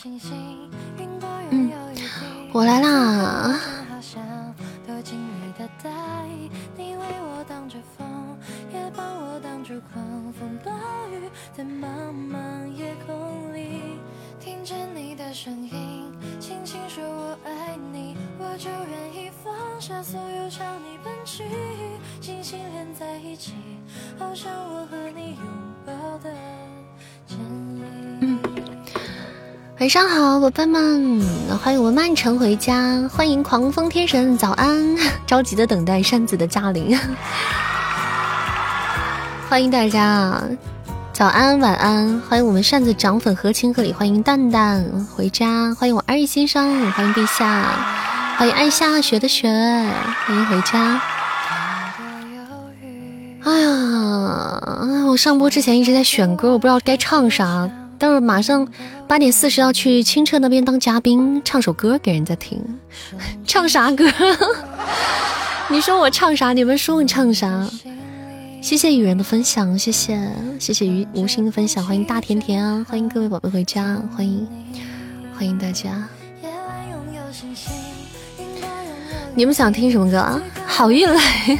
我来啦。听见你的声音，轻轻说我爱你，我就愿意放下所有朝你奔去，心心连在一起，好像我和你拥抱的真理。晚上好，宝贝们，欢迎我们曼城回家，欢迎狂风天神，早安，着急的等待扇子的驾临，欢迎大家。早安晚安，欢迎我们扇子涨粉合情合理，欢迎蛋蛋回家，欢迎我2亿先生，欢迎陛下，欢迎爱下雪的雪，欢迎回家。哎呀，我上播之前一直在选歌，我不知道该唱啥，待会儿马上8点40要去清澈那边当嘉宾，唱首歌给人家听。唱啥歌？你说我唱啥，你们说我唱啥？谢谢雨人的分享，谢谢无心的分享，欢迎大甜甜啊，欢迎各位宝贝回家，欢迎大家。你们想听什么歌啊？好运来。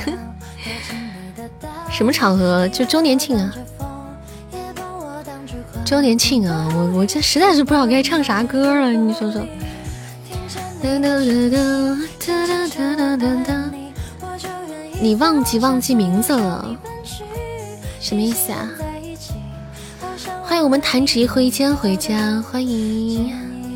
什么场合？就周年庆啊，周年庆啊，我这实在是不知道该唱啥歌了，你说说。你忘记名字了，什么意思啊？欢迎我们弹指一挥间回家，欢迎。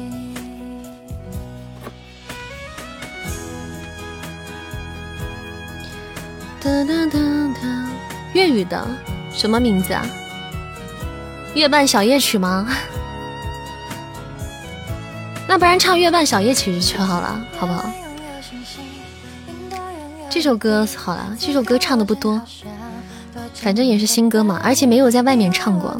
粤语的什么名字啊？月半小夜曲吗？那不然唱月半小夜曲就好了，好不好？这首歌好了，这首歌唱的不多，反正也是新歌嘛，而且没有在外面唱过。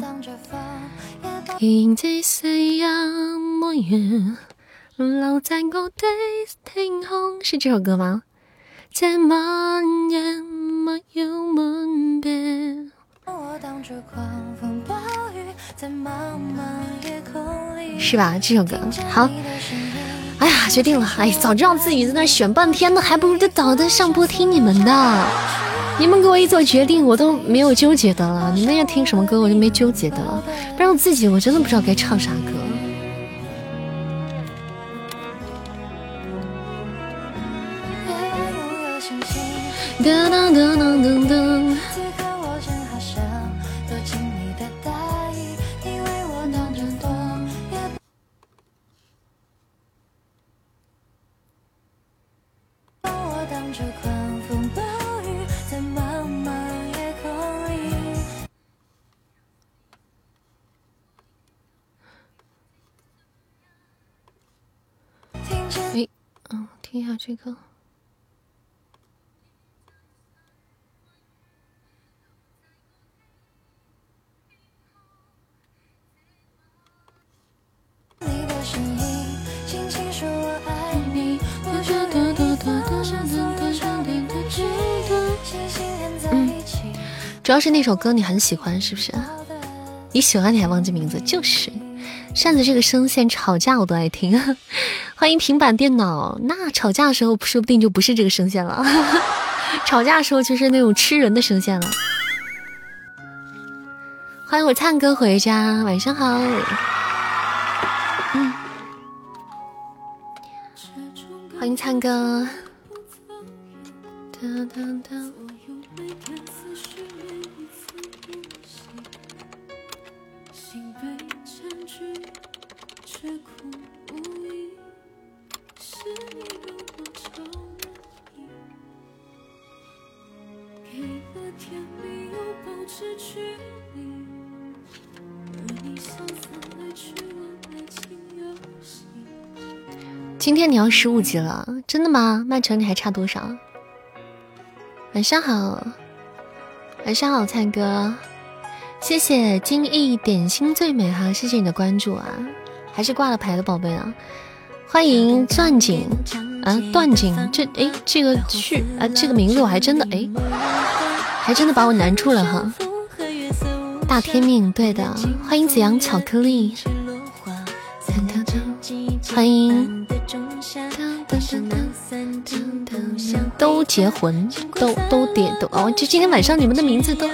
是这首歌吗？是吧？这首歌好。哎呀，决定了！哎，早知道自己在那选半天呢，还不如就早的上播听你们的。你们给我一做决定，我都没有纠结的了。你们要听什么歌，我就没纠结的了。不然我自己我真的不知道该唱啥歌。噔噔噔噔噔噔。听一下这个。主要是那首歌你很喜欢，是不是？你喜欢你还忘记名字，就是扇子这个声线吵架我都爱听。欢迎平板电脑，那吵架的时候说不定就不是这个声线了。吵架的时候就是那种吃人的声线了。欢迎我灿哥回家，晚上好。欢迎灿哥。今天你要15级了，真的吗？曼城你还差多少？晚上好，晚上好，灿哥，谢谢金翼点心最美哈，谢谢你的关注啊，还是挂了牌的宝贝啊，欢迎钻井啊，段井，这个去啊，这个名字我还真的还真的把我难住了哈。大天命，对的，欢迎子阳巧克力。 欢迎都结婚，都点都哦，就今天晚上你们的名字都。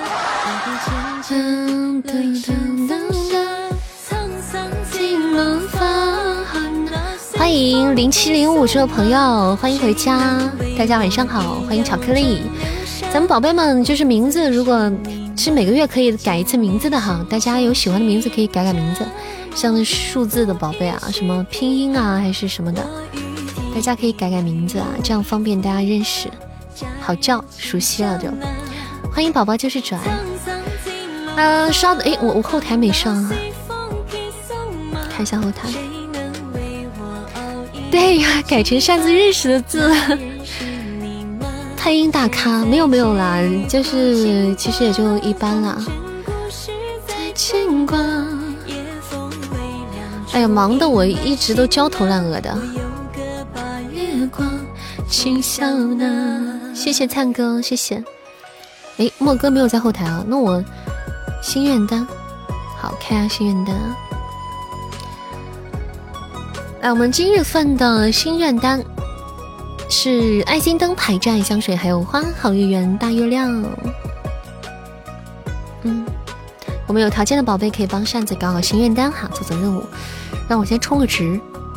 欢迎0705这位朋友，欢迎回家，大家晚上好，欢迎巧克力。咱们宝贝们就是名字，如果是每个月可以改一次名字的哈，大家有喜欢的名字可以改改名字，像数字的宝贝啊，什么拼音啊还是什么的，大家可以改改名字啊，这样方便大家认识，好叫熟悉了就。欢迎宝宝就是拽，刷的我后台没上啊，看一下后台。对呀，改成上次认识的字了。配音大咖没有啦，就是其实也就一般啦。哎呀，忙的我一直都焦头烂额的。谢谢灿哥，谢谢。莫哥没有在后台啊，那我心愿单，好看啊，心愿单。来，我们今日份的心愿单是爱心灯、牌站香水，还有花好月圆、大月亮。我们有条件的宝贝可以帮扇子搞好心愿单哈，做任务。让我先充个值。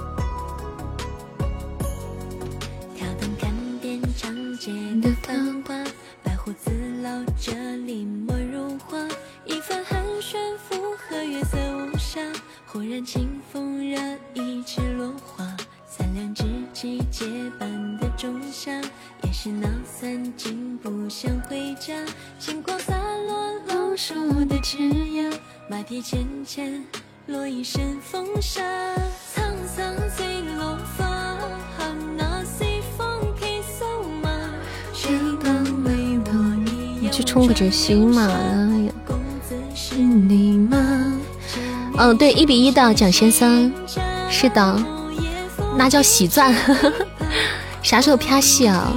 忽然清风热一池落花，三两知己结伴的仲夏，也是那三更不想回家，星光洒落老树的枝桠，马蹄浅浅落一身风沙，沧桑随落花，那随风披扫马，谁能为我一样去充个值行马了呀？是你吗？对，1-1的蒋先生，是的，那叫喜钻。啥时候拍戏啊？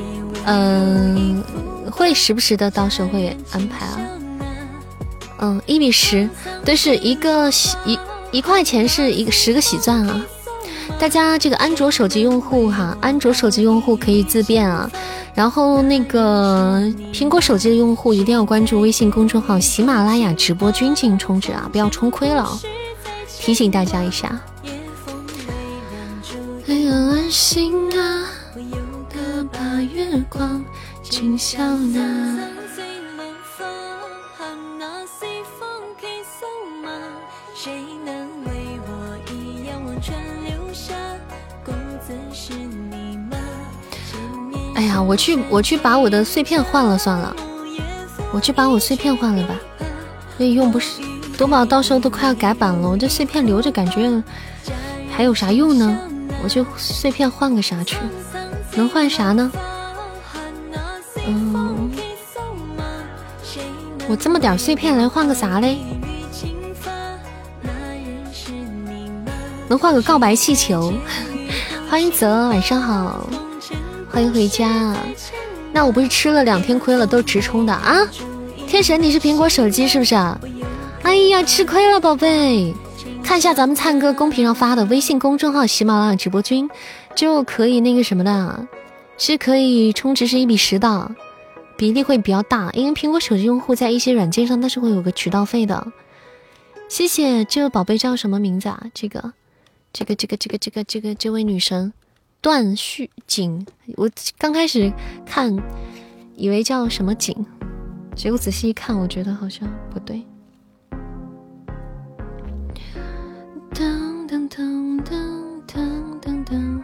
会时不时的，到时候会安排啊。1:10，对，是一块钱是10个喜钻啊。大家这个安卓手机用户哈，安卓手机用户可以自便啊。然后那个苹果手机的用户一定要关注微信公众号喜马拉雅直播君进行充值啊，不要充亏了，提醒大家一下。安心啊，我有的把月光尽笑纳。谁能为我一样忘川流沙？公子是你吗？哎呀，我去把我的碎片换了算了，我去把我碎片换了吧，所以用不是夺宝，到时候都快要改版了，我这碎片留着感觉还有啥用呢？我就碎片换个啥去？能换啥呢？我这么点碎片来换个啥嘞？能换个告白气球。欢迎泽，晚上好，欢迎回家。那我不是吃了2天亏了，都是直充的啊？天神，你是苹果手机是不是？哎呀，吃亏了宝贝。看一下咱们灿哥公屏上发的微信公众号喜马拉雅直播君，就可以那个什么的，是可以充值是1:10的，比例会比较大，因为苹果手机用户在一些软件上它是会有个渠道费的。谢谢。这个宝贝叫什么名字啊？这位女神段旭景，我刚开始看以为叫什么景，结果仔细一看，我觉得好像不对。噔噔噔噔噔噔噔。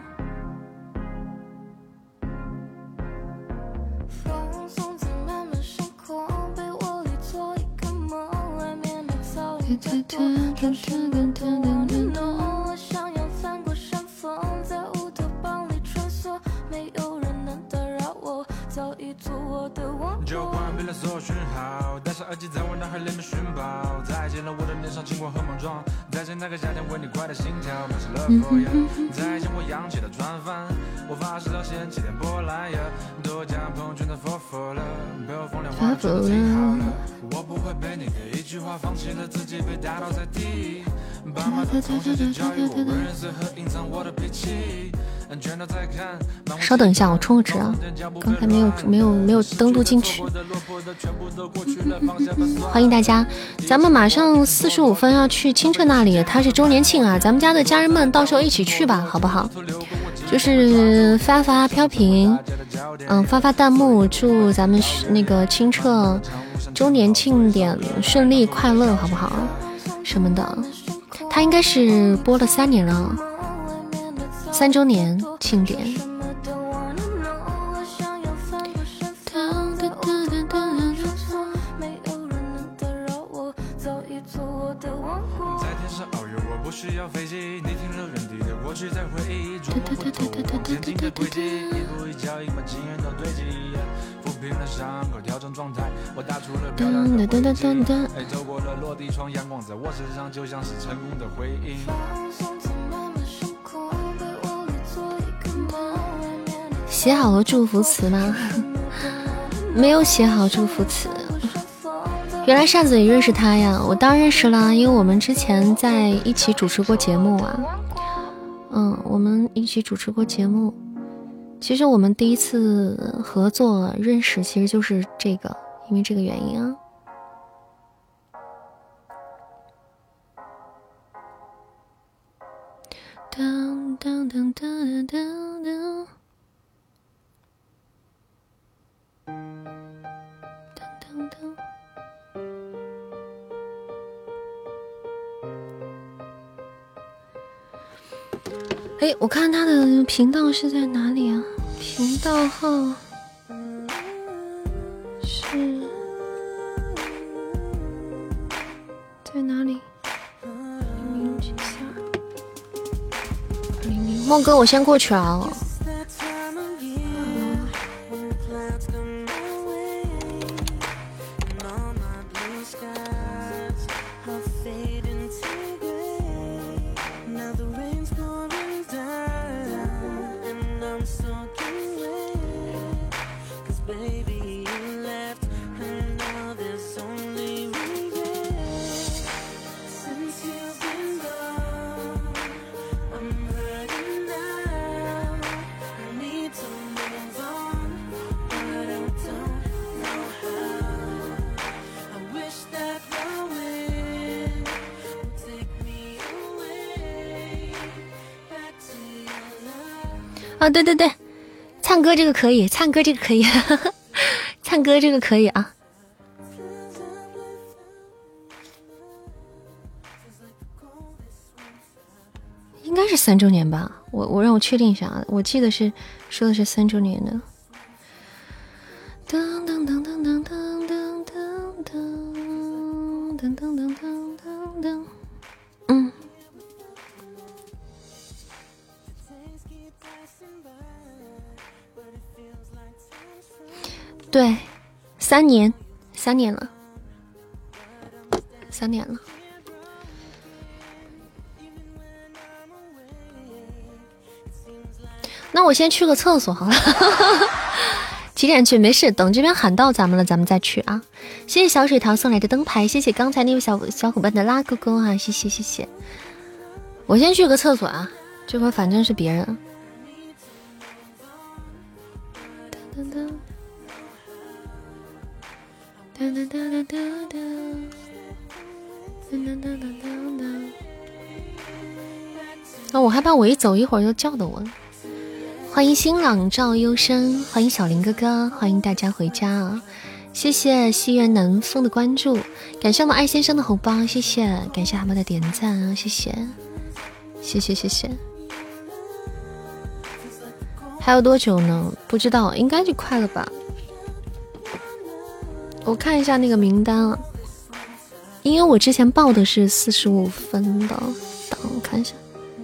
我想要翻过山峰，在乌托邦里穿梭，没有人能打扰我，早已做我的王国。就关闭了所有讯号，戴上耳机在我脑海里面寻宝，再见了我的年少轻狂和莽撞，再见那个夏天为你快的心跳，满是了火焰，再见我扬起的船帆，我发誓要掀起点波澜呀，多将朋友圈的佛了，被我风凉话说的挺好了，我不会被你的一句话放弃了自己，被打倒在地。 稍等一下，我充个值啊，刚才没有登录进去。欢迎大家，咱们马上45分要去清澈那里，它是周年庆啊，咱们家的家人们到时候一起去吧，好不好？就是发发飘屏，发发弹幕，祝咱们那个清澈周年庆典顺利快乐，好不好？什么的，他应该是播了3年了，3周年庆典。写好了祝福词吗？没有写好祝福词。原来扇子也认识他呀，我当然认识啦，因为我们之前在一起主持过节目啊。我们一起主持过节目。其实我们第一次合作认识，其实就是这个，因为这个原因啊。当当当当当当。哎，我看他的频道是在哪里啊？频道号是在哪里？00742000，梦哥，我先过去啊。啊，对对对，唱歌这个可以，唱歌这个可以，唱歌这个可以啊。应该是3周年吧，我让我确定一下啊，我记得是说的是3周年的。噔噔噔噔噔噔噔噔噔噔噔噔噔，对，3年了，3年了。那我先去个厕所好了。几点去？没事，等这边喊到咱们了，咱们再去啊。谢谢小水桃送来的灯牌，谢谢刚才那位小伙伴的拉勾勾啊，谢谢谢谢。我先去个厕所啊，这会儿反正是别人。那我害怕我一走一会儿就叫的我了。欢迎新朗照幽深，欢迎小林哥哥，欢迎大家回家啊！谢谢西园南风的关注，感谢我们艾先生的红包，谢谢，感谢他们的点赞啊，谢谢，谢谢谢谢。还有多久呢？不知道，应该就快了吧。我看一下那个名单啊，因为我之前报的是45分的，等我看一下。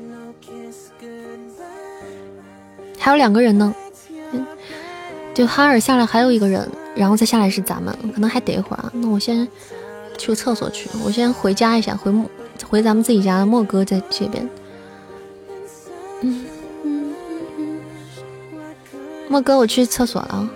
还有2个人呢，就哈尔下来还有1个人，然后再下来是咱们，可能还得一会儿啊。那我先去个厕所去，我先回家一下，回咱们自己家的莫哥在这边。莫哥，我去厕所了，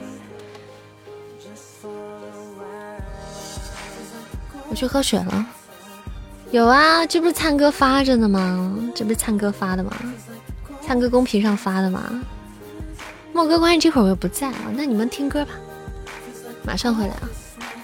我去喝水了。 有啊，这不是灿哥发着的吗？这不是灿哥发的吗？灿哥公屏上发的吗？莫哥，关键这会儿我又不在啊，那你们听歌吧，马上回来啊。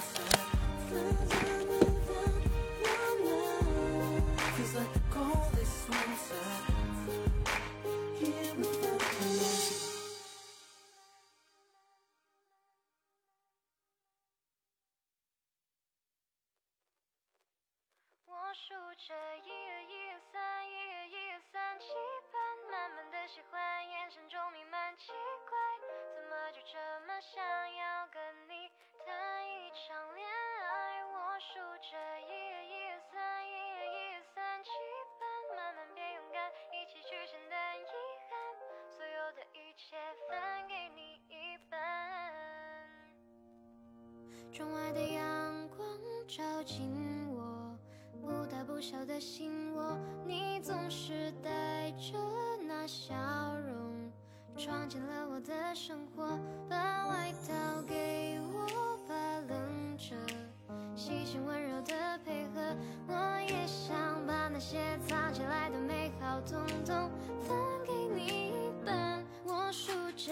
窗外的阳光照进我不大不小的心窝，你总是带着那笑容闯进了我的生活，把外套给我，把冷着细心温柔的配合，我也想把那些藏起来的美好统统分给你一半，我数着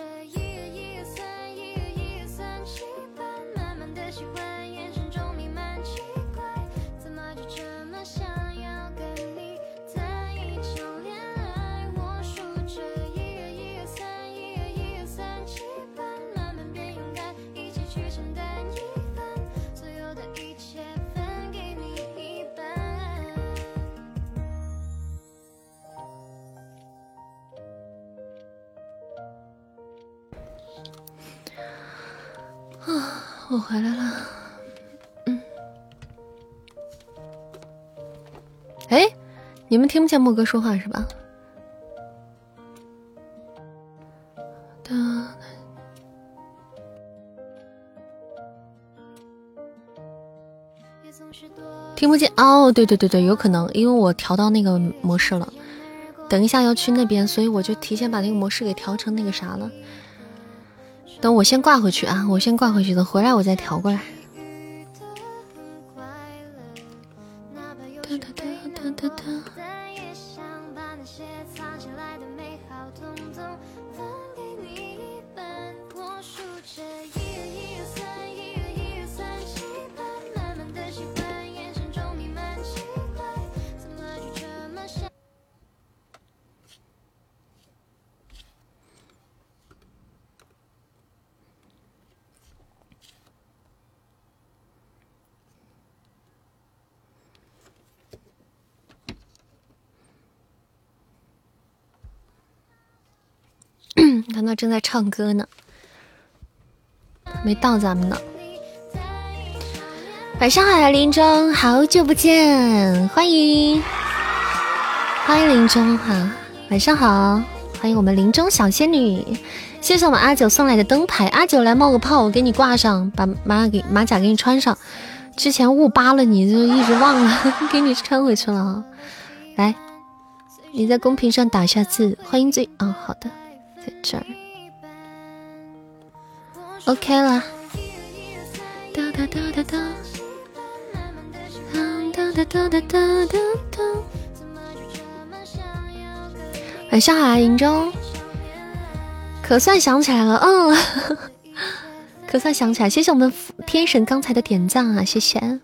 1、2、3、1、2、3、7、8，慢慢的喜欢，眼神中弥漫奇怪，怎么就这么想要跟你谈一场恋爱，我数着1、2、3、1、2、3、7、8，慢慢变勇敢，一起去承担遗憾，所有的一切分给你一半。 啊，我回来了。哎，你们听不见莫哥说话是吧？听不见哦，对，有可能，因为我调到那个模式了。等一下要去那边，所以我就提前把那个模式给调成那个啥了。等我先挂回去啊，我先挂回去，等回来我再调过来。看到正在唱歌呢，没到咱们呢。晚上好，林中，好久不见，欢迎林中哈，晚上好，欢迎我们林中小仙女，谢谢我们阿九送来的灯牌，阿九来冒个泡，我给你挂上，把马甲给你穿上，之前误扒了你就一直忘了，给你穿回去了啊。来，你在公屏上打下字，欢迎最啊，好的。在这儿 OK 了。晚上好，银中，可算想起来了，可算想起来，谢谢我们天神刚才的点赞啊，谢谢。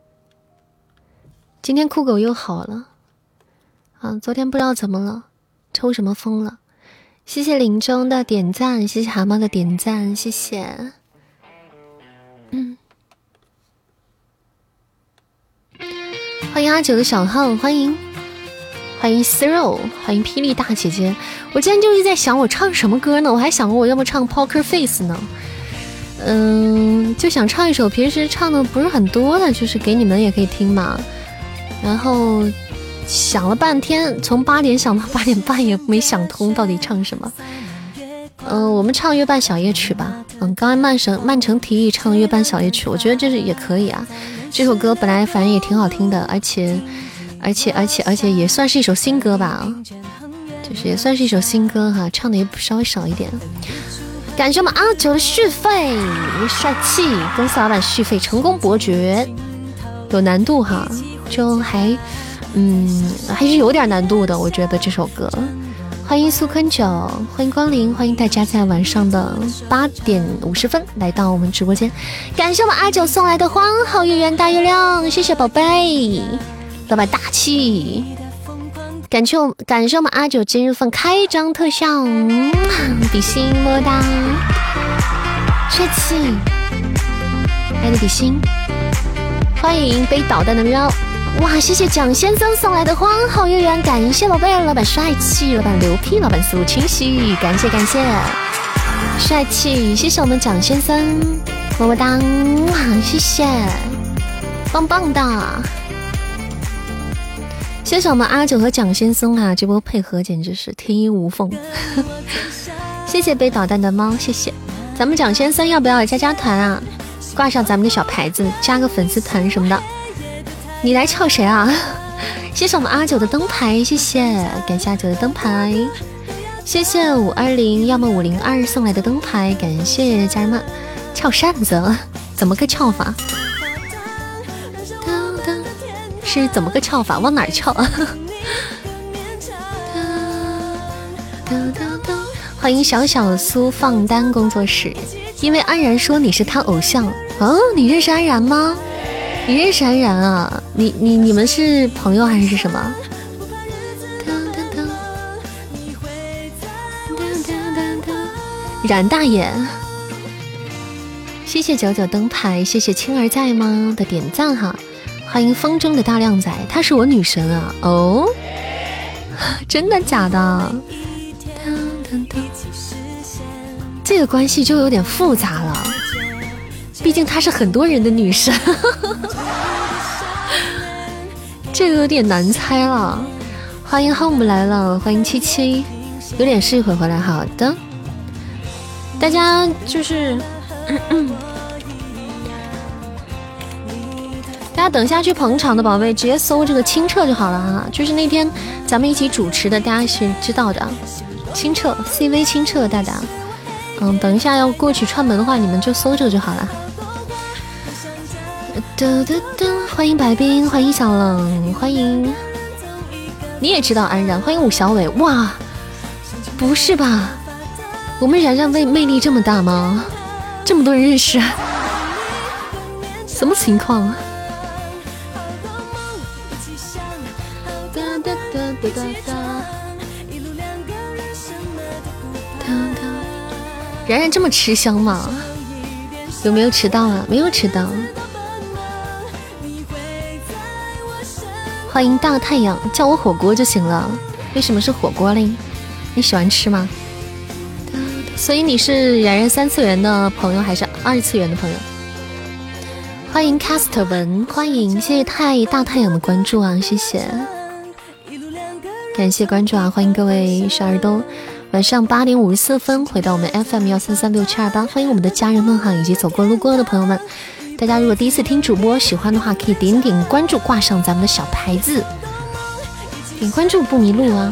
今天酷狗又好了啊，昨天不知道怎么了，抽什么风了。谢谢林中的点赞，谢谢蛤蟆的点赞，谢谢。欢迎阿九的小号，欢迎丝肉，欢迎霹雳大姐姐。我今天就是在想我唱什么歌呢，我还想过我要不唱 Poker Face 呢。就想唱一首平时唱的不是很多的，就是给你们也可以听嘛。然后想了半天，从8点想到8点半也没想通到底唱什么。我们唱月半小夜曲吧。刚才曼城提议唱月半小夜曲，我觉得这是也可以啊。这首歌本来反正也挺好听的，而且也算是一首新歌吧，就是也算是一首新歌哈，唱的也稍微少一点。感谢我们阿九的续费，帅气！恭喜老板续费成功伯爵，有难度哈。 就还是有点难度的，我觉得这首歌。欢迎苏坤九，欢迎光临，欢迎大家在晚上的8点50分来到我们直播间，感谢我们阿九送来的花好月圆大月亮，谢谢宝贝，老板大气，感谢我们阿九今日份开张特效，比心么么哒，帅气，爱的比心，欢迎背导弹的喵。哇，谢谢蒋先生送来的花好月圆，感谢宝贝，老板帅气，老板牛批，老板思路清晰，感谢帅气，谢谢我们蒋先生，么么哒，谢谢，棒棒的，谢谢我们阿九和蒋先生啊，这波配合简直是天衣无缝，谢谢背导弹的猫，谢谢，咱们蒋先生要不要加团啊？挂上咱们的小牌子，加个粉丝团什么的。你来撬谁啊？谢谢我们阿九的灯牌，谢谢，感谢阿九的灯牌，谢谢520要么502送来的灯牌，感谢家人们。撬扇子怎么个撬法？是怎么个撬法？往哪儿撬啊？欢迎小小苏放单工作室，因为安然说你是他偶像哦，你认识安然吗？你认识安然啊？你们是朋友还是什么？冉大爷，谢谢99灯牌，谢谢青儿在吗的点赞哈，欢迎风中的大靓仔，她是我女神啊！哦，真的假的？这个关系就有点复杂了。毕竟她是很多人的女神，这个有点难猜了。欢迎 home 来了，欢迎77，有点事一会回来。好的，大家就是大家等下去捧场的宝贝直接搜这个清澈就好了哈，就是那天咱们一起主持的，大家是知道的。清澈 CV 清澈大大，等一下要过去串门的话，你们就搜这个就好了。欢迎白冰，欢迎小冷，欢迎你也知道安然，欢迎武小伟。哇，不是吧？我们然然魅力这么大吗？这么多人认识，什么情况？然然这么吃香吗？有没有迟到啊？没有迟到。欢迎大太阳，叫我火锅就行了。为什么是火锅嘞？你喜欢吃吗？所以你是然然3次元的朋友还是2次元的朋友？欢迎 Cast 文，欢迎，谢谢大太阳的关注啊，谢谢，感谢关注啊，欢迎各位小耳朵。晚上8点54分回到我们 FM1336728，欢迎我们的家人们哈，以及走过路过的朋友们。大家如果第一次听主播喜欢的话，可以点点关注，挂上咱们的小牌子，点关注不迷路啊。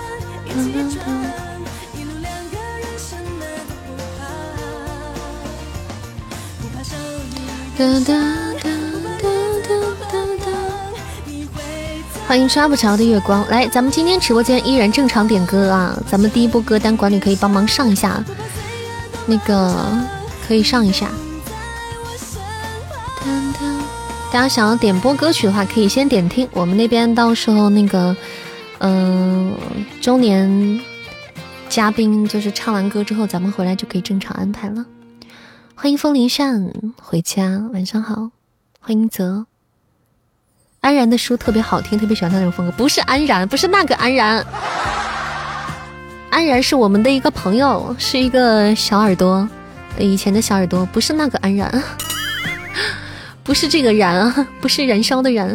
欢迎刷不着的月光，来，咱们今天直播间依然正常点歌啊，咱们第一波歌单管理可以帮忙上一下，那个可以上一下。大家想要点播歌曲的话，可以先点听，我们那边到时候那个周年嘉宾就是唱完歌之后，咱们回来就可以正常安排了。欢迎风铃扇回家，晚上好。欢迎泽，安然的书特别好听，特别喜欢他那种风格。不是安然，不是那个安然，安然是我们的一个朋友，是一个小耳朵，以前的小耳朵，不是那个安然，不是这个燃啊，不是燃烧的燃，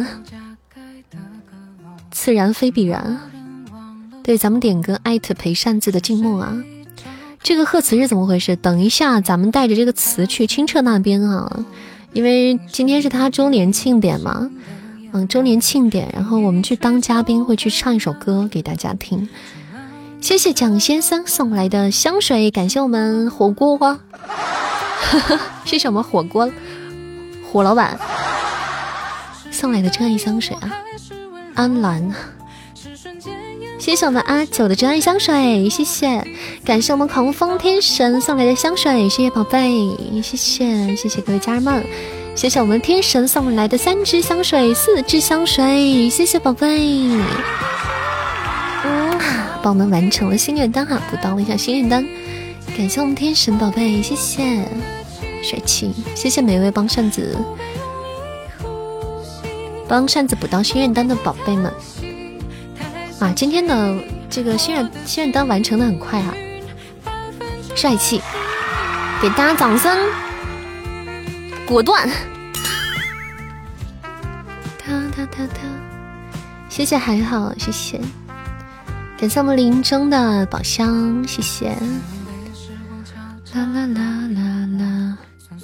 此然非彼然。对，咱们点歌艾特陪扇子的静默啊。这个贺词是怎么回事？等一下咱们带着这个词去清澈那边啊，因为今天是他周年庆典嘛，周年庆典，然后我们去当嘉宾，会去唱一首歌给大家听。谢谢蒋先生送来的香水，感谢我们火锅花谢谢我们火锅火老板送来的真爱香水啊，安澜。谢谢我们阿九的真爱香水，谢谢，感谢我们狂风天神送来的香水，谢谢宝贝，谢谢谢谢各位家人们，谢谢我们天神送来的3支香水4支香水，谢谢宝贝。帮我们完成了心愿单哈，补到了一下心愿单，感谢我们天神宝贝，谢谢帅气，谢谢每位帮扇子补到心愿单的宝贝们啊！今天的这个心愿单完成的很快哈，帅气，给大家掌声，果断。谢谢还好，谢谢，感谢我们林中的宝箱，谢谢。啦啦啦啦啦，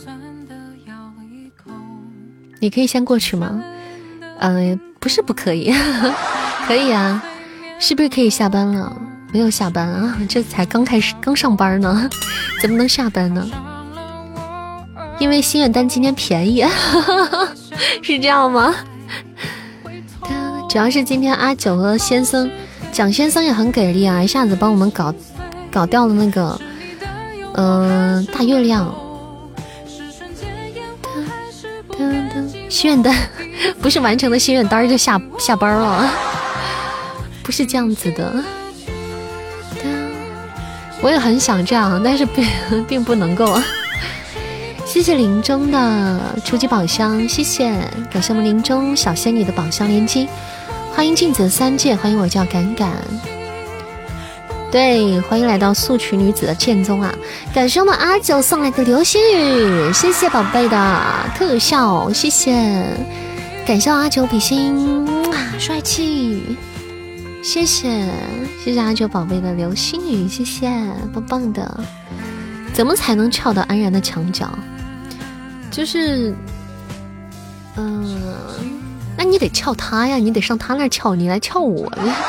你可以先过去吗？不是不可以，可以啊。是不是可以下班了？没有下班啊，这才刚开始，刚上班呢，怎么能下班呢？因为心愿单今天便宜，是这样吗？主要是今天阿九和先生蒋先生也很给力啊，一下子帮我们搞掉了那个大月亮。心愿单不是完成的心愿单就下班了，不是这样子的。我也很想这样，但是并不能够。谢谢林中的初级宝箱，谢谢，感谢我们林中小仙女的宝箱连击，欢迎镜子3界，欢迎我叫敢敢。对，欢迎来到素裙女子的剑宗啊！感谢我们阿九送来的流星雨，谢谢宝贝的特效，谢谢，感谢阿九比心，帅气，谢谢阿九宝贝的流星雨，谢谢，棒棒的。怎么才能撬到安然的墙角？就是，那你得撬他呀，你得上他那儿撬，你来撬我。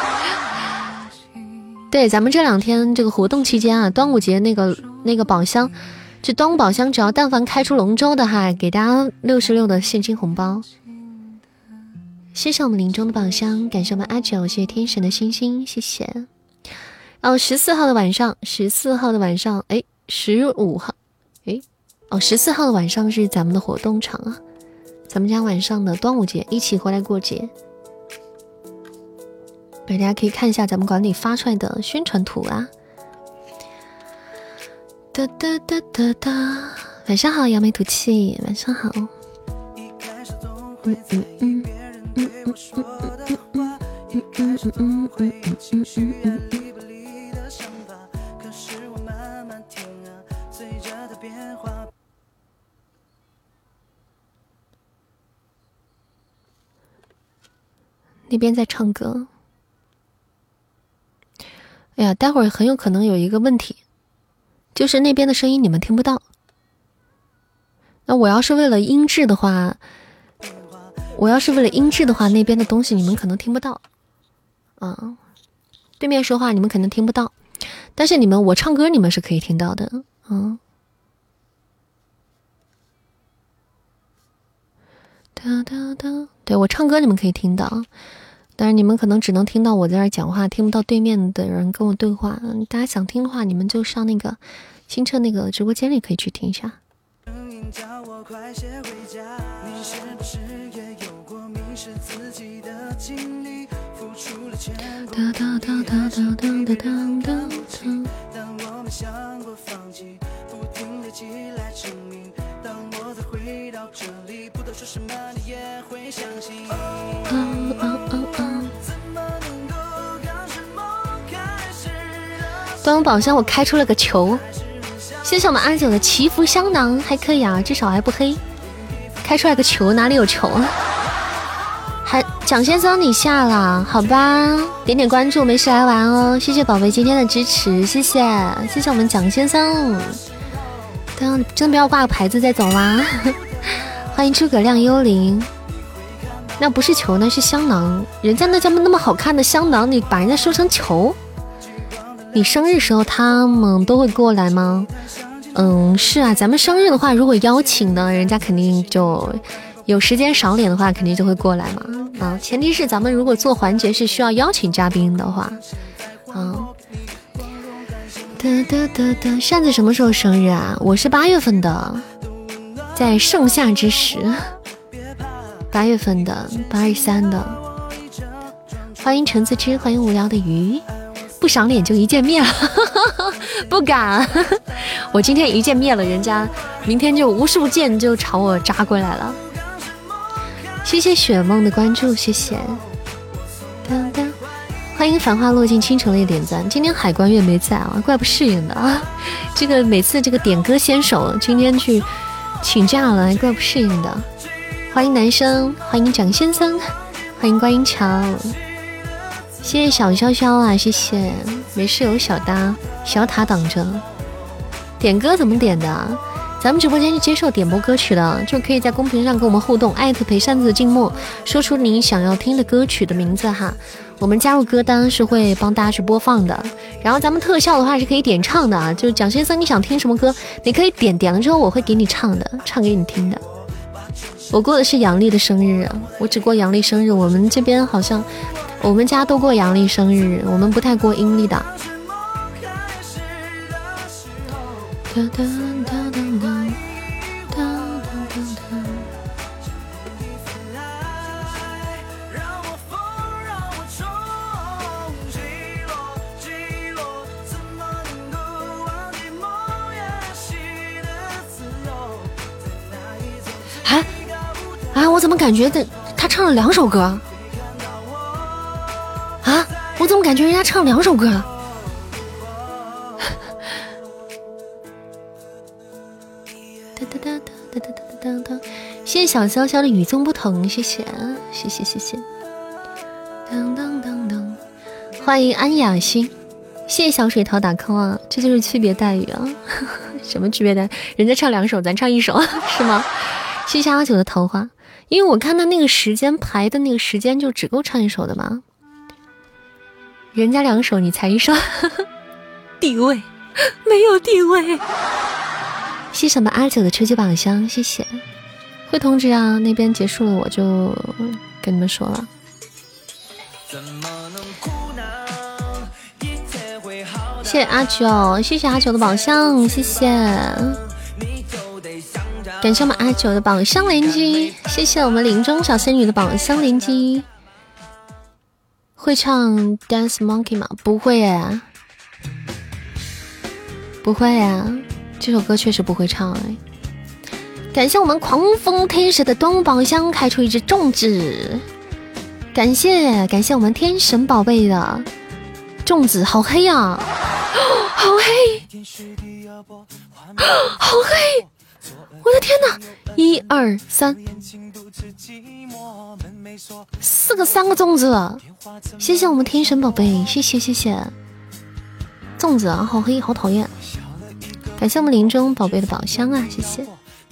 对，咱们这2天这个活动期间啊，端午节那个宝箱，这端午宝箱只要但凡开出龙舟的哈，给大家66的现金红包。谢谢我们林中的宝箱，感谢我们阿九，谢谢天神的星星，谢谢。14号的晚上，14号的晚上，哎，15号，哎，14号的晚上是咱们的活动场啊，咱们家晚上的端午节一起回来过节。对，大家可以看一下咱们管理发出来的宣传图啊。哒哒哒哒哒，晚上好，扬眉吐气，晚上好。那边在唱歌。哎呀，待会儿很有可能有一个问题，就是那边的声音你们听不到。那我要是为了音质的话，那边的东西你们可能听不到。对面说话你们可能听不到，但是我唱歌你们是可以听到的。对，我唱歌你们可以听到。但是你们可能只能听到我在这儿讲话，听不到对面的人跟我对话。大家想听的话，你们就上那个清澈那个直播间里可以去听一下。端午宝箱我开出了个球，谢谢我们阿九的祈福香囊，还可以啊，至少还不黑。开出来个球，哪里有球啊？还蒋先生你下了，好吧，点点关注，没事来玩哦。谢谢宝贝今天的支持，谢谢我们蒋先生。真不要挂个牌子再走啦。欢迎诸葛亮幽灵。那不是球，那是香囊，人家那叫那么好看的香囊，你把人家说成球？你生日时候他们都会过来吗？是啊，咱们生日的话，如果邀请呢，人家肯定就有时间少点的话，肯定就会过来嘛。啊，前提是咱们如果做环节是需要邀请嘉宾的话，扇子什么时候生日啊？我是8月份的，在盛夏之时，8月份的8月3的。欢迎橙子汁，欢迎无聊的鱼。不赏脸就一见灭了，不敢。我今天一见灭了，人家明天就无数箭就朝我扎过来了。谢谢雪梦的关注，谢谢。欢迎繁花落尽倾城泪点赞。今天海关月没在啊，怪不适应的啊。这个每次这个点歌先手今天去请假了，怪不适应的。欢迎男生，欢迎蒋先生，欢迎观音桥。谢谢小潇潇啊，谢谢。没事，有小塔挡着。点歌怎么点的啊？咱们直播间是接受点播歌曲的，就可以在公屏上跟我们互动，艾特陪扇子的静默，说出你想要听的歌曲的名字哈。我们加入歌单是会帮大家去播放的，然后咱们特效的话是可以点唱的啊。就蒋先生，你想听什么歌，你可以点了之后我会给你唱的，唱给你听的。我过的是阳历的生日啊，我只过阳历生日，我们这边好像我们家都过阳历生日，我们不太过阴历的。我怎么感觉他唱了2首歌啊？我怎么感觉人家唱了2首歌？谢谢小潇潇的与众不同，谢谢。欢迎安雅欣，谢谢小水桃打 call 啊，这就是区别待遇啊！什么区别待遇？人家唱2首，咱唱1首是吗？谢谢阿九的桃花，因为我看他那个时间排的那个时间就只够唱1首的嘛。人家2首，你才1首，地位没有地位。谢什么阿九的初级宝箱，谢谢。会通知啊，那边结束了我就跟你们说了。谢谢阿九，谢谢阿九的宝箱，谢谢。感谢我们阿九的宝箱连击，谢谢我们林中小仙女的宝箱连击。会唱 Dance Monkey 吗？不会呀，不会呀，这首歌确实不会唱哎。感谢我们狂风天使的端午宝箱开出一只粽子，感谢我们天神宝贝的粽子，好黑啊，好黑，好黑，我的天哪！1、2、3，4个3个粽子，谢谢我们天神宝贝，谢谢粽子啊，好黑，好讨厌。感谢我们林中宝贝的宝箱啊，谢谢。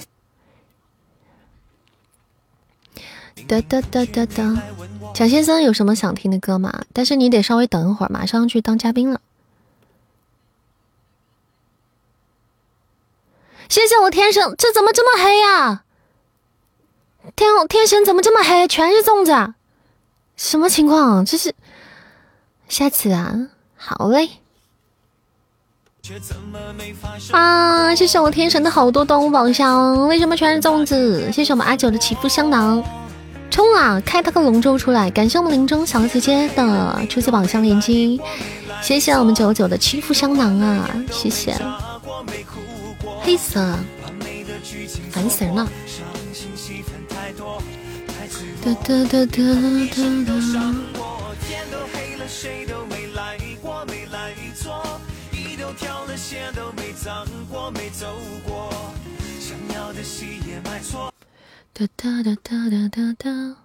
蒋先生有什么想听的歌吗？但是你得稍微等一会儿，马上去当嘉宾了。谢谢我天神，这怎么这么黑呀？天神怎么这么黑？全是粽子，什么情况？这是下次啊，好嘞。啊！谢谢我天神的好多端午宝箱，为什么全是粽子？谢谢我们阿九的祈福香囊，冲啊！开他个龙舟出来！感谢我们林中小姐姐的初级宝箱连击，谢谢我们99的祈福香囊啊！谢谢。黑色，烦死人了！哒哒哒哒哒。哒哒哒哒哒哒哒。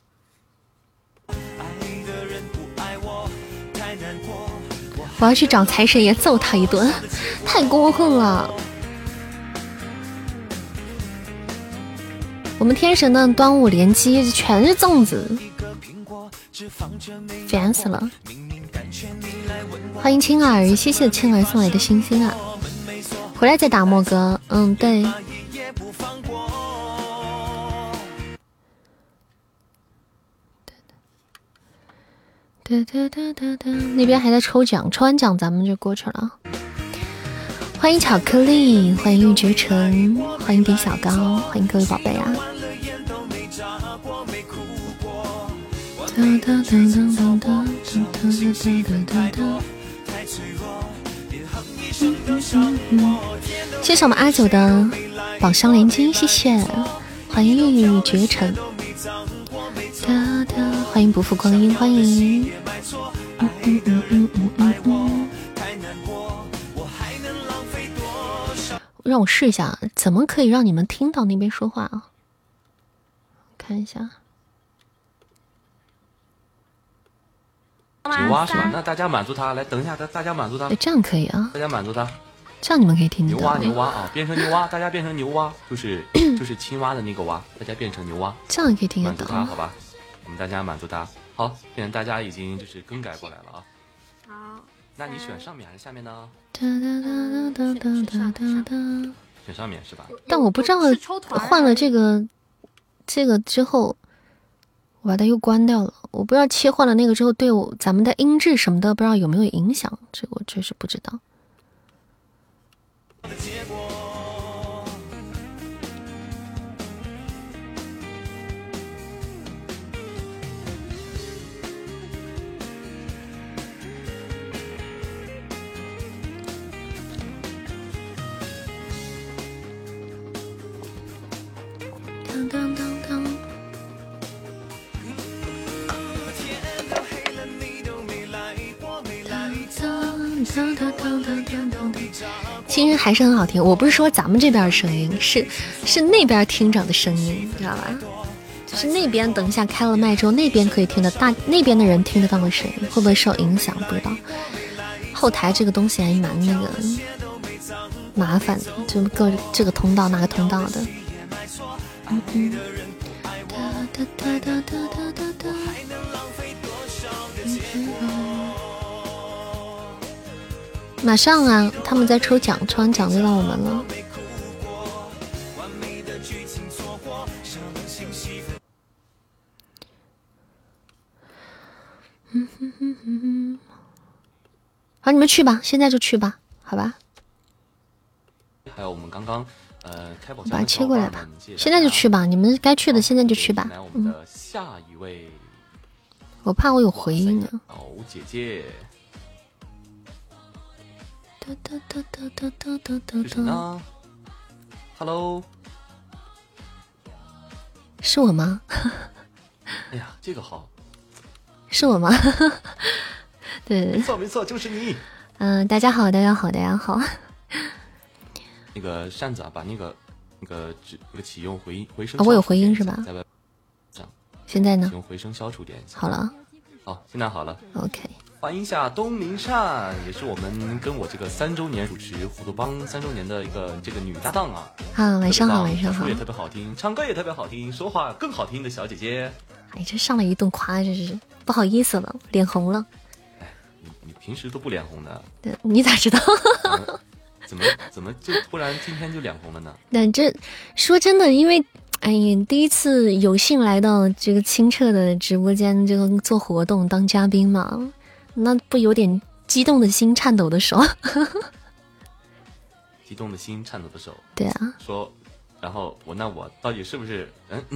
我要去找财神爷揍他一顿，太过分了。我们天神的端午连击全是粽子，烦死了。欢迎青儿，谢谢青儿送来的星星啊！回来再打莫哥，对。 那边还在抽奖，抽完奖咱们就过去了。欢迎巧克力，欢迎玉绝尘，欢迎丁小高，欢迎各位宝贝啊！谢谢我们阿九的宝箱连金，谢谢，欢迎玉绝尘，欢迎不负光阴，欢迎。让我试一下，怎么可以让你们听到那边说话啊？看一下。 牛蛙是吧？那大家满足他，来等一下，大家满足他。 哎，这样可以啊。 大家满足他， 这样你们可以听得到。 牛蛙啊，变成牛蛙，大家变成牛蛙，就是青蛙的那个蛙，大家变成牛蛙。 这样也可以听得到。 满足他，好吧？我们大家满足他。好，现在大家已经就是更改过来了啊。 好。 那你选上面还是下面呢？选上面是吧？ 但我不知道换了这个之后，我把它又关掉了。我不知道切换了那个之后对咱们的音质什么的，不知道有没有影响，这个我确实不知道。其实还是很好听，我不是说咱们这边的声音，是那边听着的声音，知道吧？就是那边等一下开了麦之后，那边可以听得那边的人听得到的声音，会不会受影响？不知道。后台这个东西还蛮那个麻烦的，就这个通道那个通道的。马上啊，他们在抽奖，抽完奖就到我们了。好，你们去吧，现在就去吧，好吧？ 还有我们刚刚开宝箱， 把它切过来吧，现在就去吧，你们该去的现在就去吧。 我们的下一位， 我怕我有回音啊。 哦，姐姐。是谁呢 ？Hello， 是我吗？ 哎呀，这个好， 是我吗？对， 没错，就是你。 大家好，大家好，大家好。 那个扇子啊，把那个启用回声， 我有回音是吧？ 在外上。 现在呢？ 用回声消除点。 好了。 好，现在好了。 OK。 欢迎一下东林善，也是我们跟我这个3周年主持虎度帮3周年的一个这个女搭档啊。 晚上好，晚上好。 说也特别好听，唱歌也特别好听，说话更好听的小姐姐。 哎，这上来一顿夸，这是不好意思了，脸红了。 哎，你平时都不脸红的。 对，你咋知道？ 怎么就突然今天就脸红了呢？ 那这说真的，因为哎呀，第一次有幸来到这个清澈的直播间，这个做活动当嘉宾嘛。那不有点激动的心，颤抖的手。 激动的心，颤抖的手。 对啊。 说，然后我到底是不是？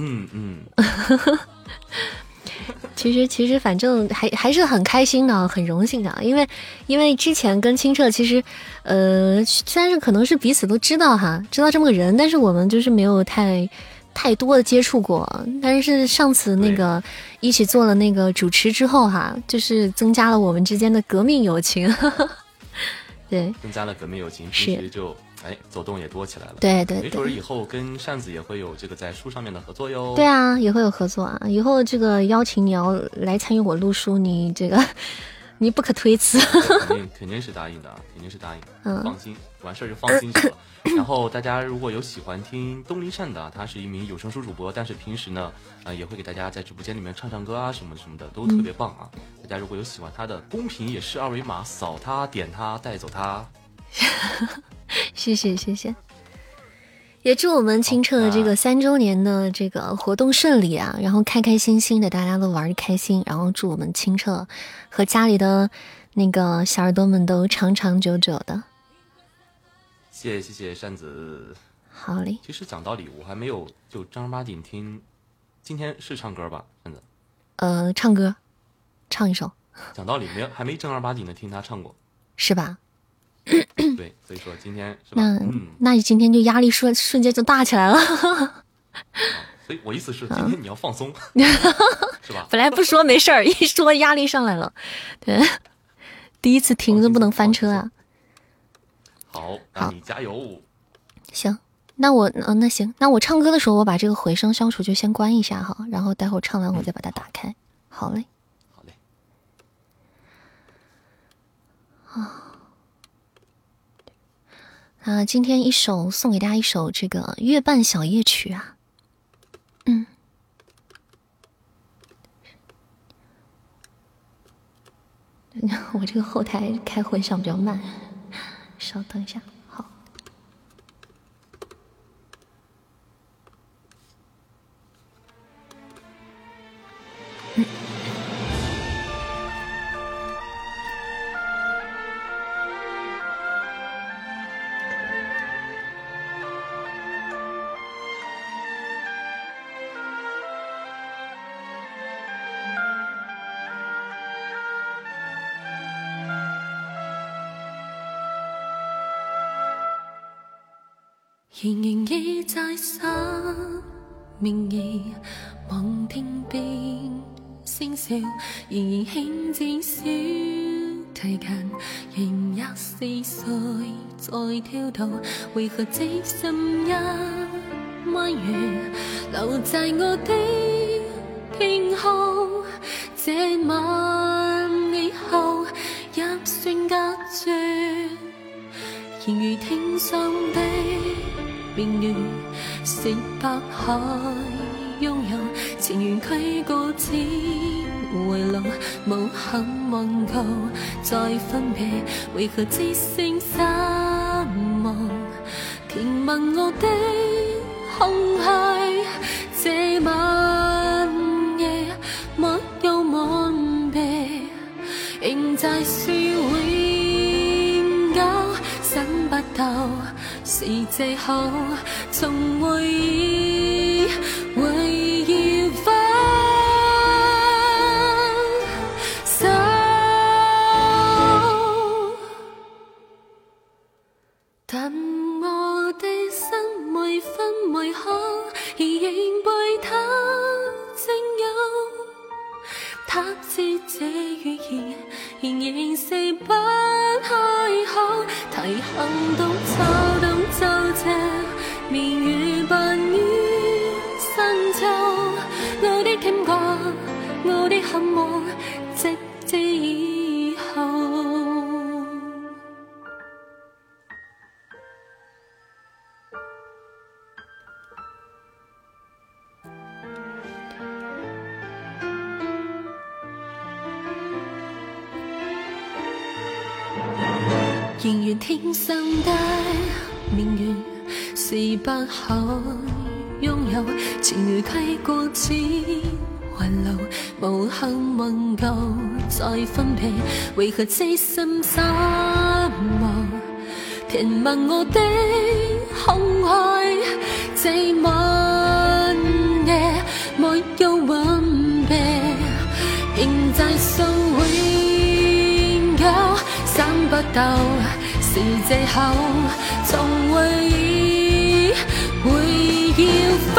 其实反正还是很开心的，很荣幸的，因为之前跟清澈其实，虽然是可能是彼此都知道知道这么个人，但是我们就是没有太多的接触过，但是上次那个一起做了那个主持之后就是增加了我们之间的革命友情。对， 增加了革命友情，平时就走动也多起来了。 对， 没准以后跟扇子也会有这个在书上面的合作哟。 对啊，也会有合作啊，以后这个邀请你要来参与我录书，你这个你不可推辞。 肯定是答应的，肯定是答应。放心，完事儿就放心去了。然后大家如果有喜欢听东林善的，他是一名有声书主播，但是平时呢，也会给大家在直播间里面唱歌啊，什么什么的，都特别棒啊。大家如果有喜欢他的，公屏也是2维码，扫他，点他，带走他。 谢谢。 也祝我们清澈的这个3周年的这个活动顺利啊，然后开开心心的，大家都玩的开心，然后祝我们清澈和家里的那个小耳朵们都长长久久的。 谢谢扇子。 好嘞。 其实讲道理，我还没有就正儿八经听。今天是唱歌吧，扇子？ 唱歌，唱一首。 讲道理，还没正儿八经的听他唱过， 是吧？ 对，所以说今天是吧？ 那你今天就压力瞬间就大起来了。 所以我意思是，今天你要放松，是吧？ 本来不说没事儿，一说压力上来了。对，第一次听都不能翻车啊。 好，那你加油。 行，那我那行，那我唱歌的时候，我把这个回声消除就先关一下哈，然后待会儿唱完我再把它打开。好嘞。 好嘞。 今天一首送给大家一首这个月半小夜曲啊。我这个后台开混响比较慢，稍等一下。好。 仍然倚在失眠夜，望天边星笑，仍然輕戰小提琴，仍24歲在跳動，為何這深夜彎月留在我的天空？這晚以後入算隔絕，仍如天上的明月，是白海擁有，情緣驅過此回路，無限忘舊再分別，為何只剩失望？填滿我的空虛，這晚夜沒有吻別，仍在說永久，想不到是藉口，從回憶會要分手，但我的心每分每刻已仍被他佔有，他知這語言仍然是不開口，提行動找到就這明月伴於深秋，我的牽掛，我的渴望，直至以後。仍然天上的明月，是白海擁有，情如溪過此環路，無限忘舊再分別，為何這心失望？填滿我的空虛，這晚夜沒有吻別，仍在想永久，想不到是藉口，從回憶會要分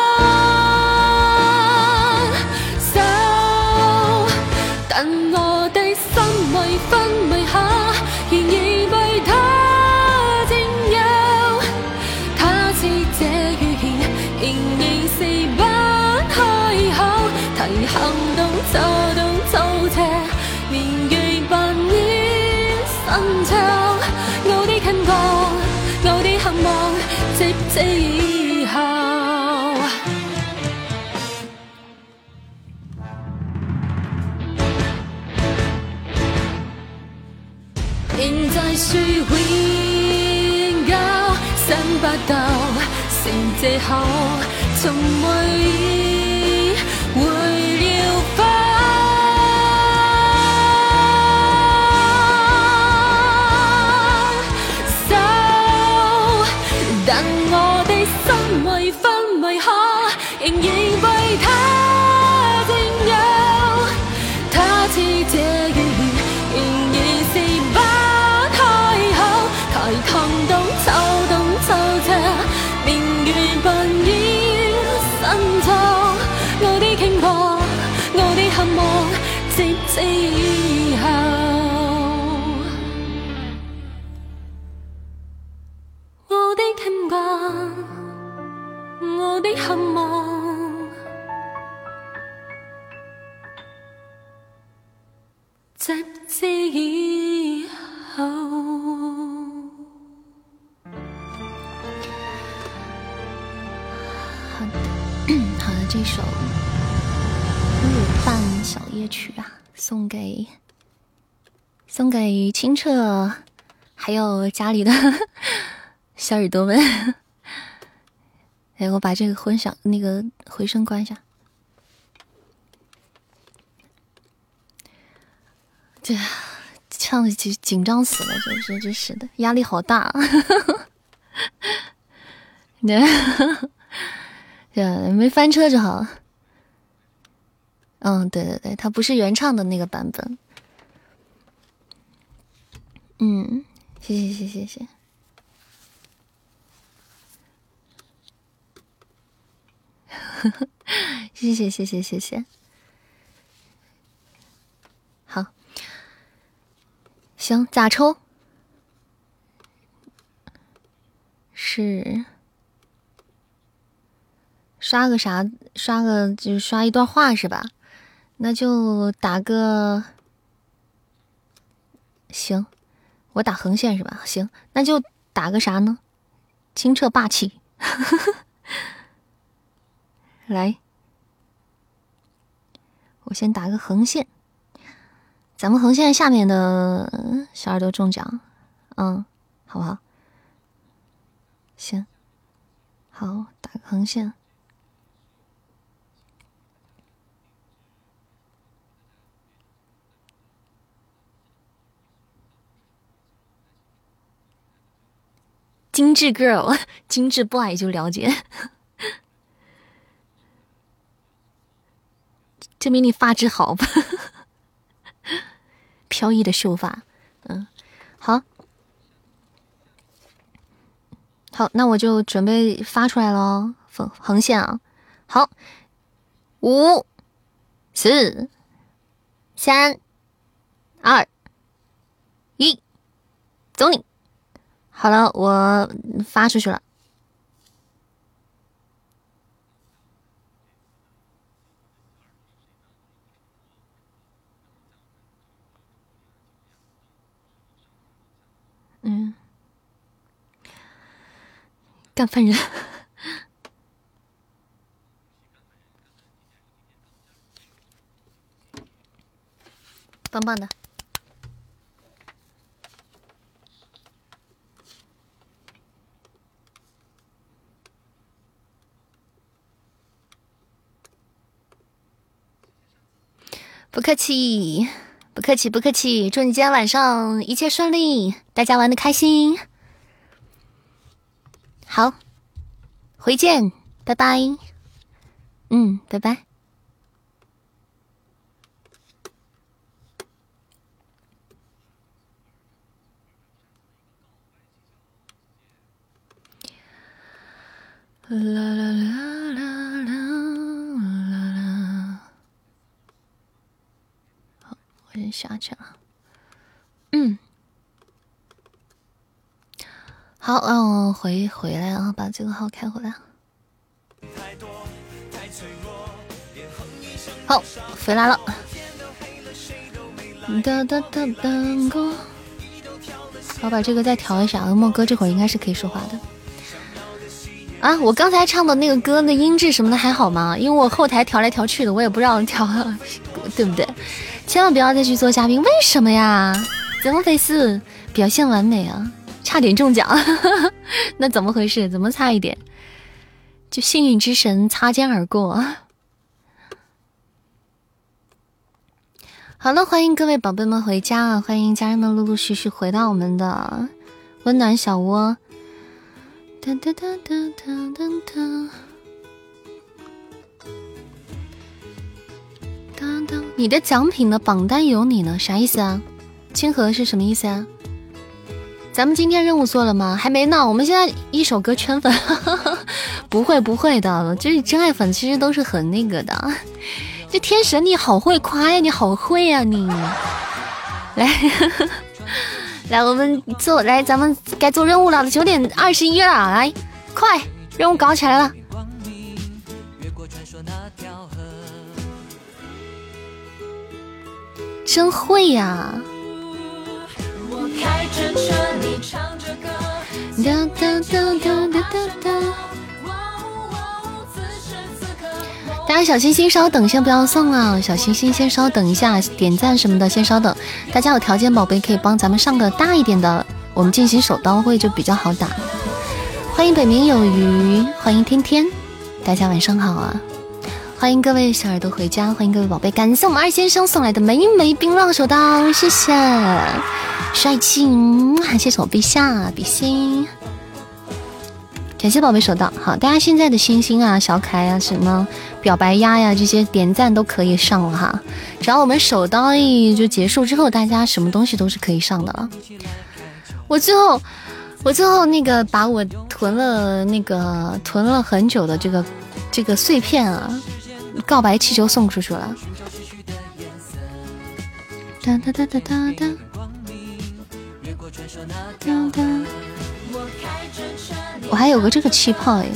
手，但我的心每分每刻仍然被他佔有，他知這語言仍然是不開口，提行動走動走這明月伴於深秋，我的近覺，我的渴望，直至以後。仍在說永久，想不到是成借口，从未回了返。手，但我的心为分为可，仍然被他佔有。他似這月仍然是不開口，抬頭到秋冬秋秋，明月扮演新裝。我的傾慕，我的渴望，直至以後。我的傾慕，我的渴望，直至以後。 好的，这首《日半小夜曲》啊，送给清澈，还有家里的小耳朵们。哎，我把这个那个回声关一下。这唱的紧张死了，真是的，压力好大。对，没翻车就好。嗯，对，它不是原唱的那个版本。嗯，谢谢。谢谢。好，行，咋抽？是刷个啥？就是刷一段话是吧？那就打个，行，我打横线是吧？行，那就打个啥呢？清澈霸气。来，我先打个横线，咱们横线下面的小耳朵中奖，好不好？行，好，打个横线。精致 girl， 精致 boy 就了解。证明你发质好吧？飘逸的秀发，好，那我就准备发出来了，横线啊，好，5、4、3、2、1，走你！好了，我发出去了。干饭人，棒棒的。不客气，不客气，不客气。祝你今天晚上一切顺利，大家玩得开心。好，回见，拜拜。拜拜。啦啦啦啦啦啦。好，我先下去了。好，回来啊，把这个号开回来。好，回来了。我把这个再调一下，莫哥这会儿应该是可以说话的。啊，我刚才唱的那个歌的音质什么的还好吗？因为我后台调来调去的，我也不知道调了，对不对？千万不要再去做嘉宾，为什么呀？怎么回事？表现完美啊！差点中奖，那怎么回事？怎么差一点？ 就幸运之神擦肩而过。好了，欢迎各位宝贝们回家，欢迎家人们陆陆续续回到我们的温暖小窝。哒哒哒哒哒哒哒。你的奖品的榜单有你呢，啥意思啊？清河是什么意思啊？咱们今天任务做了吗？还没呢，我们现在一首歌圈粉。不会的，就是真爱粉其实都是很那个的。这天神你好会夸呀，你好会呀你。来来，我们做来，咱们该做任务了，9点21了，来快，任务搞起来了。真会呀！我开着车，你唱着歌，哒哒哒哒哒哒。大家小心心稍等，先不要送啊！小心心先稍等一下，点赞什么的先稍等。大家有条件宝贝可以帮咱们上个大一点的，我们进行手刀会就比较好打。欢迎北冥有鱼，欢迎天天，大家晚上好啊！欢迎各位小耳朵回家，欢迎各位宝贝，感谢我们二先生送来的美美冰浪手刀，谢谢帅气，谢谢我陛下比心，感谢宝贝手刀。好，大家现在的星星啊、小凯啊、什么表白鸭呀这些点赞都可以上了哈，只要我们手刀一就结束之后，大家什么东西都是可以上的了。我最后那个把我囤了很久的这个碎片啊。告白气球送出去了，哒哒哒哒哒哒哒哒。我还有个这个气泡哎，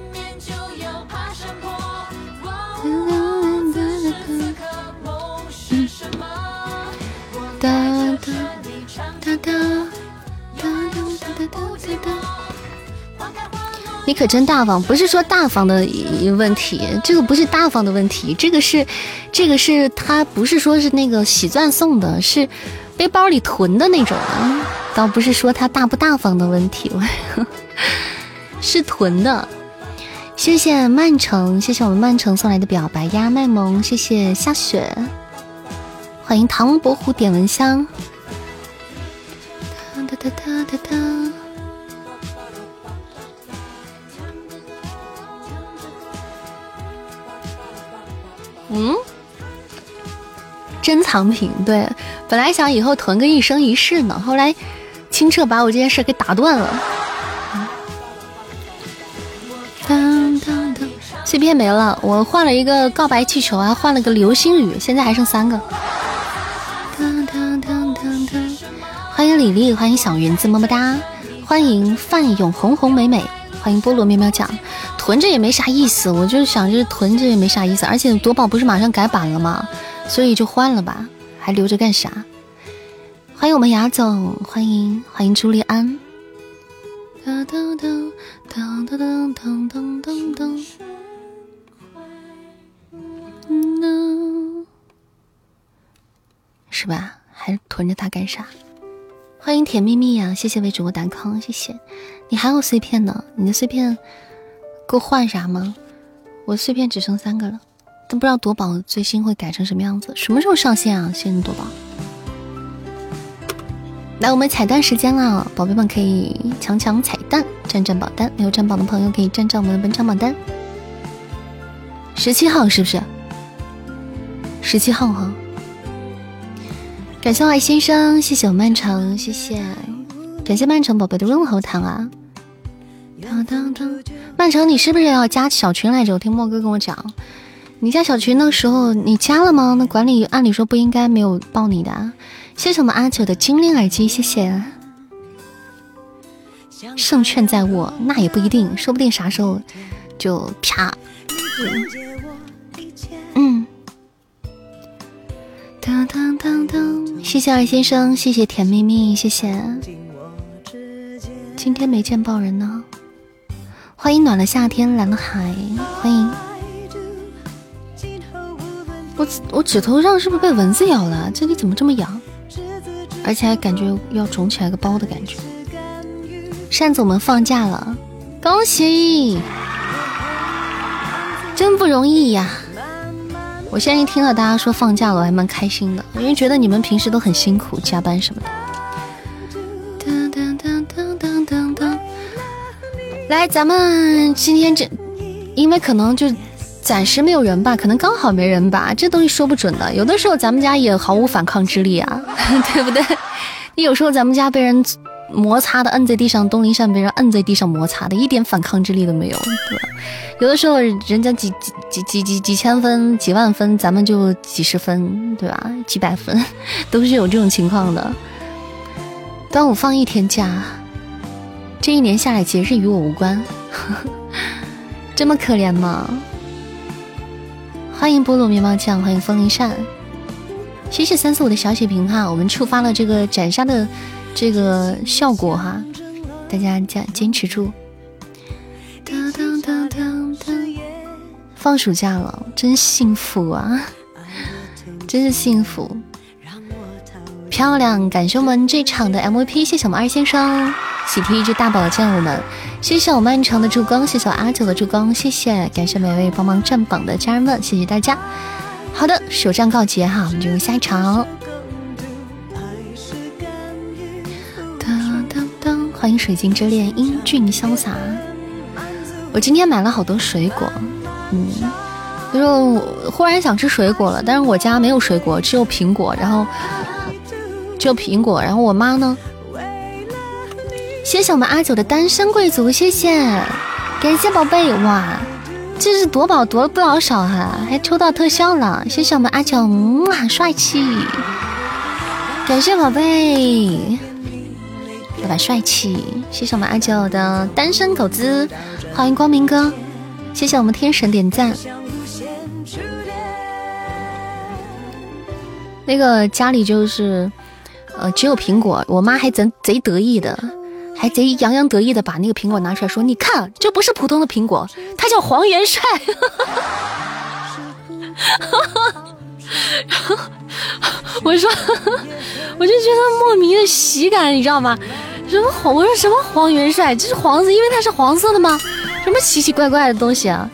哒哒哒哒哒哒哒哒。你可真大方，不是说大方的问题，这个不是大方的问题，这个是他不是说是那个喜钻送的，是背包里囤的那种啊，倒不是说他大不大方的问题，是囤的。谢谢曼城，谢谢我们曼城送来的表白鸭卖萌，谢谢下雪，欢迎唐伯虎点蚊香。哒哒哒哒哒。珍藏品，对，本来想以后囤个一生一世呢，后来清澈把我这件事给打断了。当当当，碎片没了，我换了一个告白气球啊，换了个流星雨，现在还剩3个。当当当当当，欢迎李丽，欢迎小云子，么么哒，欢迎范永红红美美，欢迎菠萝喵喵酱。囤着也没啥意思，我就想着囤着也没啥意思，而且夺宝不是马上改版了吗？所以就换了吧，还留着干啥？欢迎我们雅总，欢迎朱莉安。哒哒哒哒哒哒哒哒哒。是吧？还囤着它干啥？欢迎甜蜜蜜呀，谢谢为主播打 call， 谢谢。你还有碎片呢？你的碎片够换啥吗？我碎片只剩3个了。但不知道夺宝最新会改成什么样子，什么时候上线啊？现在夺宝，来，我们彩蛋时间了，宝贝们可以抢彩蛋，占宝单，没有占宝的朋友可以占我们的本场榜单。17号是不是？17号哈。感谢爱先生，谢谢我漫长，谢谢，感谢漫长宝贝的润喉糖啊。漫长，你是不是要加小群来着？我听莫哥跟我讲。你加小群那时候你加了吗？那管理按理说不应该没有报你的啊。谢谢我们阿九的精灵耳机，谢谢。胜券在握，那也不一定，说不定啥时候就啪。当当当当，谢谢二先生，谢谢甜蜜蜜，谢谢。今天没见报人呢，欢迎暖了夏天蓝了海，欢迎。我指头上是不是被蚊子咬了？这里怎么这么痒？而且还感觉要肿起来个包的感觉。扇子我们放假了，恭喜！ 真不容易呀。我现在一听到大家说放假了，我还蛮开心的，因为觉得你们平时都很辛苦，加班什么的。来，咱们今天因为可能就暂时没有人吧，可能刚好没人吧，这东西说不准的。有的时候咱们家也毫无反抗之力啊，对不对？你有时候咱们家被人摩擦的摁在地上，东林扇被人摁在地上摩擦的，一点反抗之力都没有，对吧？有的时候人家几千分、几万分，咱们就几十分，对吧？几百分，都是有这种情况的。端午放1天假，这一年下来节日与我无关，这么可怜吗？欢迎菠萝面包酱，欢迎风铃扇，谢谢345的小血瓶哈，我们触发了这个斩杀的这个效果哈，大家坚持住。放暑假了，真幸福啊，真是幸福。漂亮，感谢我们这场的 MVP， 谢谢我们2先生喜提一只大宝剑我们，谢谢我漫长的助攻，谢谢我阿九的助攻，谢谢，感谢每位帮忙占榜的家人们，谢谢大家。好的，首战告捷哈，我们进入下一场。欢迎水晶之恋，英俊潇洒。我今天买了好多水果，就是我忽然想吃水果了，但是我家没有水果，只有苹果，然后我妈呢？谢谢我们阿九的单身贵族，谢谢，感谢宝贝，哇，这是夺宝夺了不老少哈，还抽到特效了，谢谢我们阿九，帅气，感谢宝贝，老板帅气，谢谢我们阿九的单身狗子，欢迎光明哥，谢谢我们天神点赞。那个家里就是只有苹果，我妈还贼得意的，还贼洋洋得意的把那个苹果拿出来说，你看这不是普通的苹果，它叫黄元帅。我就觉得莫名的喜感，你知道吗？我说什么黄元帅，这是黄色，因为它是黄色的吗？什么奇奇怪怪的东西啊？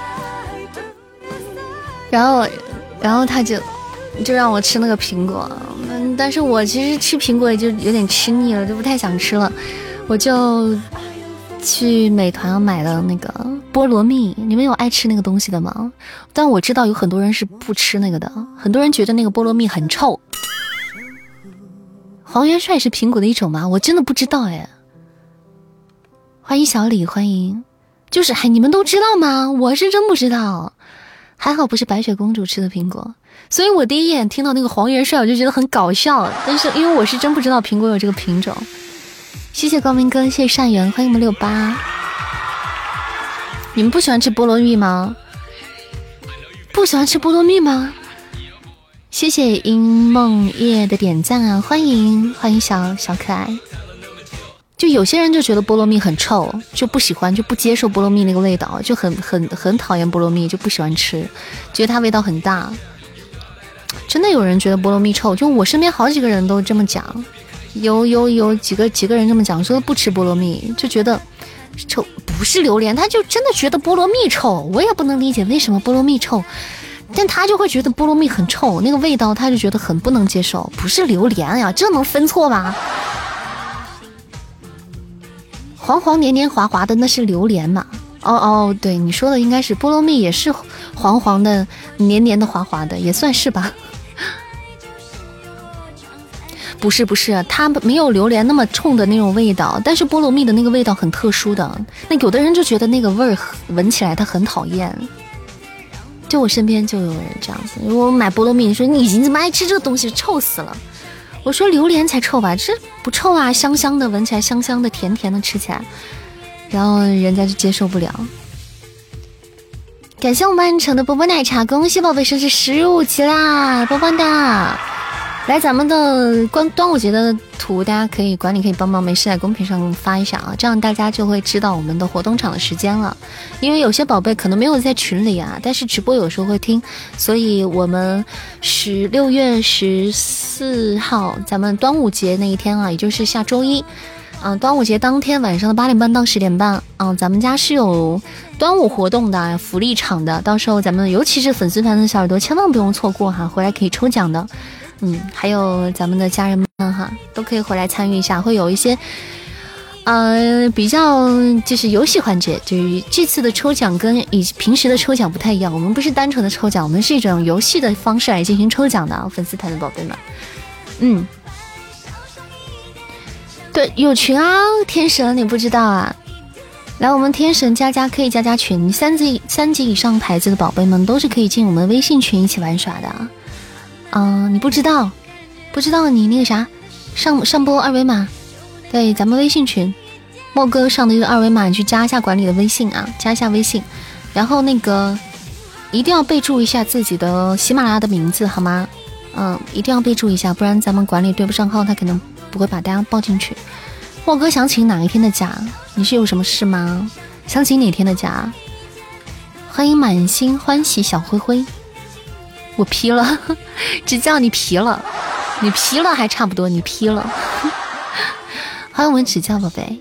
然后他就让我吃那个苹果，但是我其实吃苹果也就有点吃腻了，就不太想吃了，我就去美团买了那个菠萝蜜。你们有爱吃那个东西的吗？但我知道有很多人是不吃那个的，很多人觉得那个菠萝蜜很臭。黄元帅是苹果的一种吗？我真的不知道哎。欢迎小李，欢迎，就是你们都知道吗？我是真不知道，还好不是白雪公主吃的苹果，所以我第一眼听到那个黄元帅我就觉得很搞笑，但是因为我是真不知道苹果有这个品种。谢谢光明哥，谢谢善缘，欢迎我们68。你们不喜欢吃菠萝蜜吗？不喜欢吃菠萝蜜吗？谢谢樱梦叶的点赞啊，欢迎小可爱。就有些人就觉得菠萝蜜很臭，就不喜欢，就不接受菠萝蜜那个味道，就很讨厌菠萝蜜，就不喜欢吃，觉得它味道很大。真的有人觉得菠萝蜜臭，就我身边好几个人都这么讲，有几个人这么讲，说不吃菠萝蜜就觉得臭，不是榴莲，他就真的觉得菠萝蜜臭，我也不能理解为什么菠萝蜜臭，但他就会觉得菠萝蜜很臭，那个味道他就觉得很不能接受，不是榴莲呀，这能分错吗？黄黄黏黏滑滑的那是榴莲嘛？哦，对，你说的应该是菠萝蜜，也是黄黄的黏黏的滑滑的，也算是吧。不是，它没有榴莲那么冲的那种味道，但是菠萝蜜的那个味道很特殊的，那有的人就觉得那个味儿闻起来它很讨厌。就我身边就有人这样子，我买菠萝蜜，你说你怎么爱吃这个东西，臭死了。我说榴莲才臭吧，这不臭啊，香香的，闻起来香香的，甜甜的，吃起来，然后人家就接受不了。感谢我们曼城的波波奶茶，恭喜宝贝升至15级啦，棒棒的！来咱们的端午节的图，大家管理可以帮忙没事在公屏上发一下啊，这样大家就会知道我们的活动场的时间了。因为有些宝贝可能没有在群里啊，但是直播有时候会听，所以我们6月14号咱们端午节那一天啊，也就是下周一端午节当天晚上的8点半到10点半，咱们家是有端午活动的福利场的，到时候咱们尤其是粉丝团的小耳朵千万不用错过哈，回来可以抽奖的。还有咱们的家人们哈，都可以回来参与一下，会有一些比较就是游戏环节，就是这次的抽奖跟平时的抽奖不太一样，我们不是单纯的抽奖，我们是一种游戏的方式来进行抽奖的，粉丝团的宝贝们。对，有群啊，天神你不知道啊？来，我们天神可以加群，3级以上牌子的宝贝们都是可以进我们微信群一起玩耍的。你不知道你那个啥，上播二维码，对，咱们微信群，莫哥上的一个二维码，你去加一下管理的微信啊，加一下微信，然后那个一定要备注一下自己的喜马拉雅的名字好吗？一定要备注一下，不然咱们管理对不上号，他可能不会把大家报进去。莫哥想请哪一天的假？你是有什么事吗？想请哪天的假？欢迎满心欢喜小灰灰，我批了，只叫你批了，你批了还差不多，你批了。欢迎我们指教宝贝，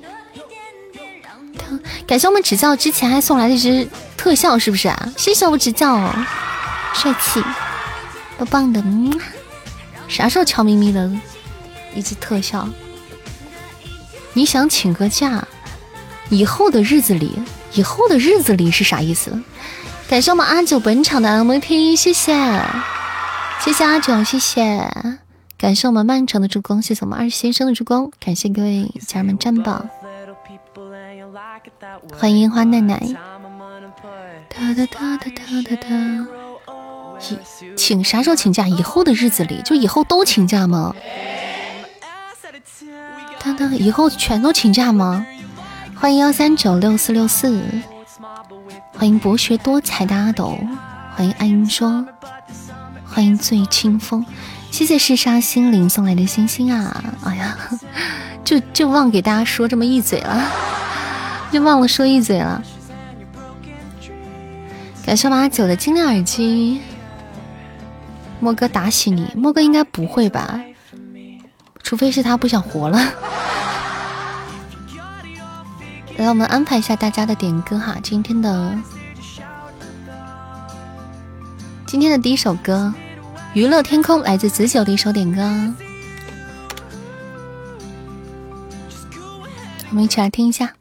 感谢我们指教之前还送来的一支特效，是不是啊？谢谢我们指教帅气棒棒的。啥时候悄咪咪的一支特效？你想请个假，以后的日子里是啥意思？感谢我们阿九本场的 MVP， 谢谢阿九，谢谢，感谢我们曼城的助攻，谢谢我们二先生的助攻，感谢各位家人们占榜，欢迎樱花奶奶。请啥时候请假？以后的日子里，就以后都请假吗？以后全都请假吗？欢迎1396464，欢迎博学多才的阿斗，欢迎爱英说，欢迎醉清风，谢谢嗜杀心灵送来的星星啊！哎呀，就忘给大家说这么一嘴了，就忘了说一嘴了。感谢马9的精灵耳机。莫哥打死你，莫哥应该不会吧？除非是他不想活了。来，我们安排一下大家的点歌哈。今天的第一首歌《娱乐天空》来自子九的一首点歌，我们一起来听一下。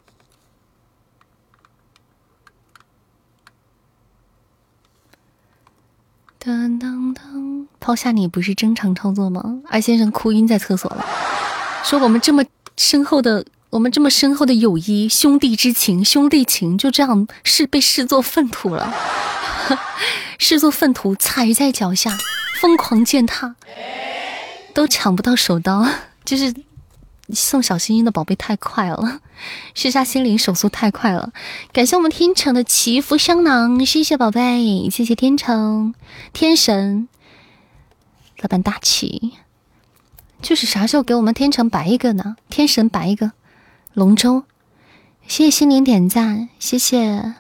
当当当，抛下你不是正常操作吗？二先生哭晕在厕所了，说我们这么深厚的友谊，兄弟之情，兄弟情就这样被视作粪土了，视作粪土踩在脚下，疯狂践踏，都抢不到手刀，就是送小心心的宝贝太快了，嗜杀心灵手速太快了。感谢我们天成的祈福香囊，谢谢宝贝，谢谢天成天神老板大气。就是啥时候给我们天成摆一个呢？天神摆一个龙舟，谢谢心灵点赞，谢谢，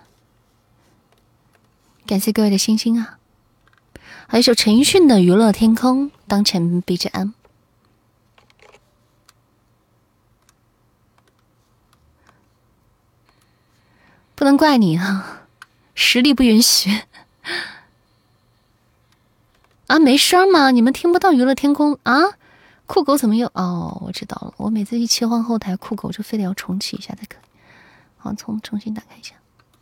感谢各位的星星啊！还有一首陈奕迅的《娱乐天空》当成 BGM。不能怪你啊，实力不允许啊！没声吗？你们听不到娱乐天空啊？酷狗怎么有？哦，我知道了，我每次一切换后台，酷狗就非得要重启一下才可以。好，重新打开一下。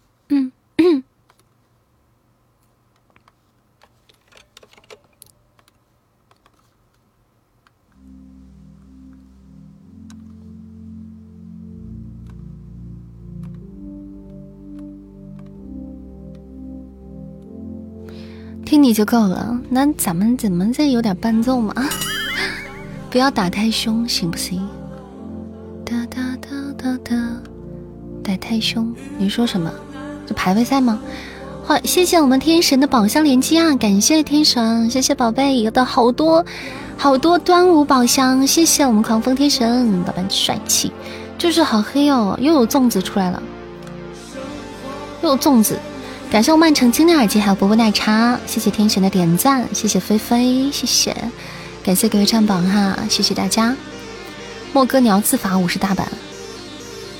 听你就够了，那咱们怎么再有点伴奏嘛？不要打太凶，行不行？哒哒哒哒哒，打太凶，你说什么？这排位赛吗？好，谢谢我们天神的宝箱连击啊！感谢天神，谢谢宝贝的好多端午宝箱，谢谢我们狂风天神，宝贝帅气，就是好黑哦，又有粽子出来了，又有粽子。感谢我曼城精灵耳机还有波波奶茶，谢谢天神的点赞，谢谢菲菲，谢谢，感谢各位占榜哈，谢谢大家。莫哥你要自罚50大板，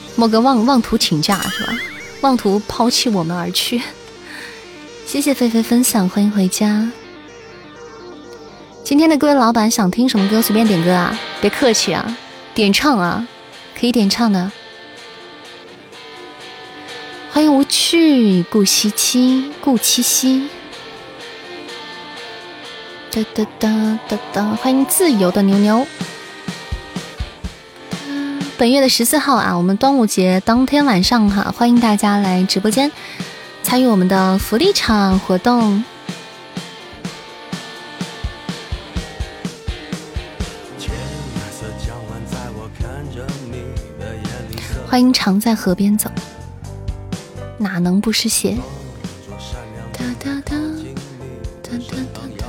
莫哥妄图请假是吧？妄图抛弃我们而去。谢谢菲菲分享，欢迎回家。今天的各位老板想听什么歌随便点歌啊，别客气啊，点唱啊，可以点唱的。欢迎无趣顾七七顾七夕，哒哒哒哒哒，欢迎自由的牛牛。本月的14号啊，我们端午节当天晚上哈，欢迎大家来直播间参与我们的福利场活动。欢迎常在河边走，哪能不湿鞋？哒哒哒哒哒哒哒。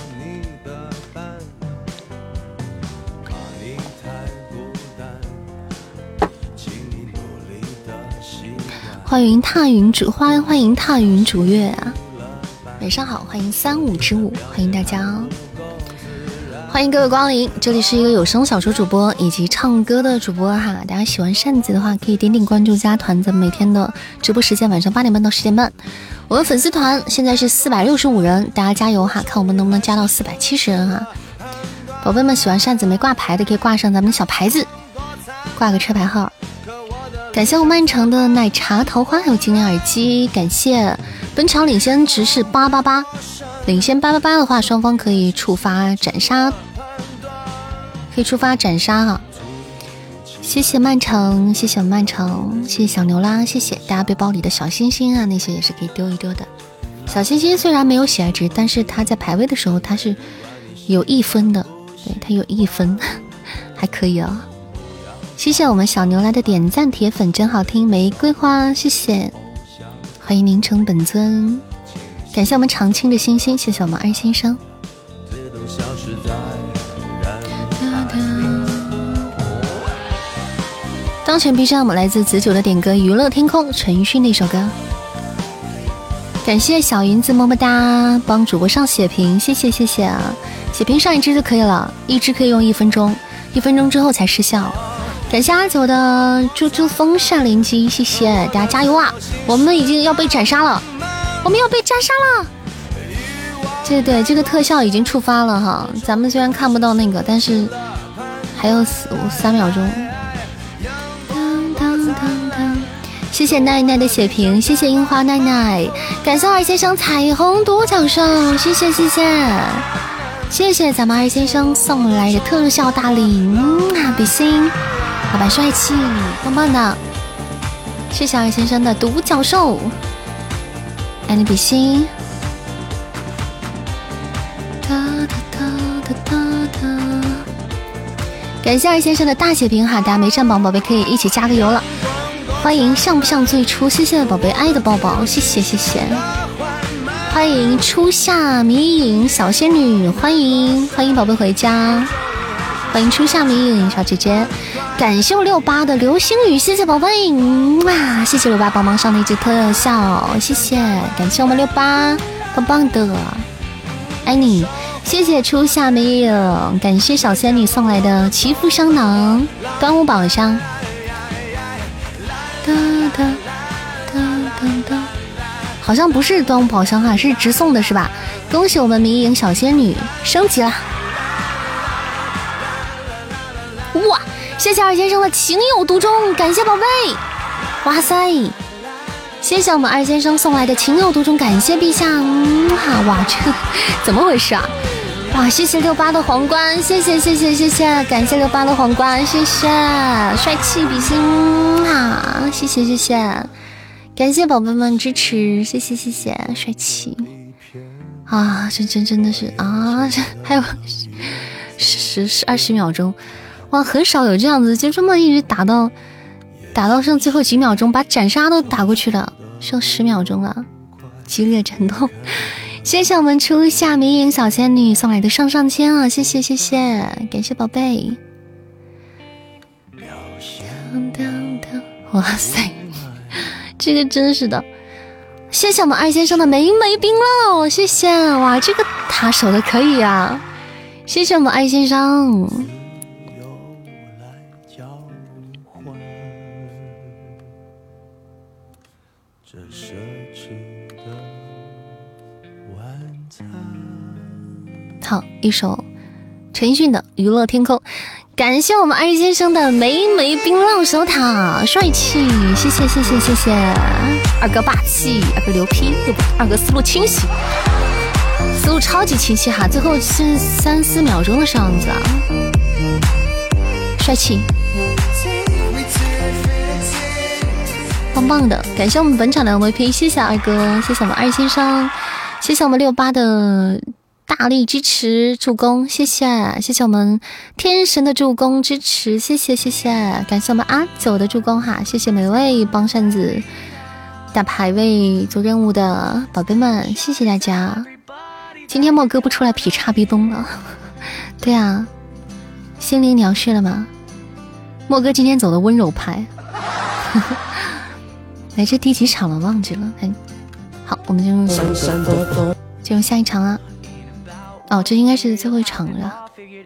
欢迎踏云主欢迎踏云主月啊！晚上好，欢迎35之5，欢迎大家哦。欢迎各位光临，这里是一个有声小说主播以及唱歌的主播哈。大家喜欢扇子的话，可以点点关注加团子，每天的直播时间晚上8点半到10点半。我的粉丝团现在是465人，大家加油哈，看我们能不能加到470人哈。宝贝们喜欢扇子没挂牌的，可以挂上咱们的小牌子，挂个车牌号。感谢我漫长的奶茶桃花还有精灵耳机，感谢本场领先值是888，领先888的话，双方可以触发斩杀，哈。谢谢漫长，谢谢漫长，谢谢小牛啦，谢谢大家背包里的小星星啊，那些也是可以丢一丢的。小星星虽然没有喜爱值，但是它在排位的时候它是有1分的，对，它有1分，还可以啊。谢谢我们小牛来的点赞铁粉，真好听，玫瑰花，谢谢，欢迎凝成本尊，感谢我们长青的星星，谢谢我们2先生。当前 B 站我们来自子九的点歌，娱乐天空陈奕迅的一首歌。感谢小云子么么哒，帮主播上血瓶，谢谢谢谢啊，血瓶上1支就可以了，1支可以用1分钟，1分钟之后才失效。感谢阿九的猪猪风扇连击，谢谢大家加油啊！我们已经要被斩杀了，我们要被斩杀了。对，这个特效已经触发了哈，咱们虽然看不到那个，但是还有3秒钟。谢谢奈奈的血瓶，谢谢樱花奈奈，感谢2先生彩虹独角兽，谢谢谢谢咱们2先生送来的特效大礼啊，比心。老板帅气，棒棒的！谢谢2先生的独角兽，爱你比心。感谢2先生的大血瓶哈，大家没上榜宝贝可以一起加个油了。欢迎像不像最初，谢谢宝贝爱的抱抱，谢谢。欢迎初夏迷影小仙女，欢迎宝贝回家，欢迎初夏迷影小姐姐。感谢68的流星雨，谢谢宝贝，哇，谢谢68帮忙上的一支特效，谢谢，感谢我们68，棒棒的，爱你，谢谢初夏迷影，感谢小仙女送来的祈福香囊，端午宝箱，好像不是端午宝箱哈，是直送的是吧？恭喜我们迷影小仙女升级了，哇！谢谢2先生的情有独钟，感谢宝贝，哇塞！谢谢我们2先生送来的情有独钟，感谢陛下，哇，这怎么回事啊？哇，谢谢68的皇冠，谢谢，感谢68的皇冠，谢谢帅气比心啊，谢谢，感谢宝贝们支持，谢谢帅气啊，这真的是啊，这还有20秒钟。哇，很少有这样子，就这么一直打到剩最后几秒钟，把斩杀都打过去了，剩10秒钟了，激烈战斗。谢谢我们初夏迷影小仙女送来的上签啊，谢谢，感谢宝贝。哇塞，这个真是的，谢谢我们2先生的美冰喽，谢谢，哇，这个他守的可以啊，谢谢我们2先生。 好，一首陈奕迅的《娱乐天空》。感谢我们二先生的美美冰浪手塔，帅气，谢谢谢谢谢谢，二哥霸气，二哥牛批，二哥思路清晰，思路超级清晰哈，最后是3-4秒钟的样子啊，帅气，棒棒的，感谢我们本场的 MVP， 谢谢二哥，谢谢我们二先生，谢谢我们68的大力支持助攻，谢谢谢谢我们天神的助攻支持，谢谢谢谢，感谢我们阿九的助攻哈，谢谢每位帮扇子打排位做任务的宝贝们，谢谢大家。今天莫哥不出来劈叉逼东了，对啊，心灵你要睡了吗？莫哥今天走的温柔派，来这第几场了忘记了，好，我们进入下一场了。哦，这应该是最后一场了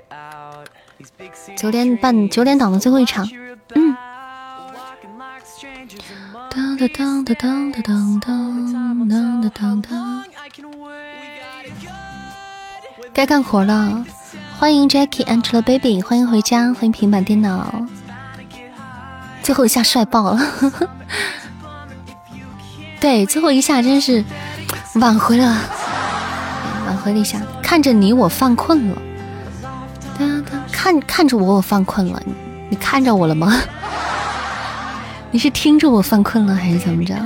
，9点半9点档的最后一场。当当当当当当当当当当，该干活了。欢迎 Jackie、Angelababy， 欢迎回家，欢迎平板电脑。最后一下帅爆了，对，最后一下真是挽回了。回了一下，看着你我犯困了，看着我犯困了，你看着我了吗？你是听着我犯困了还是怎么着？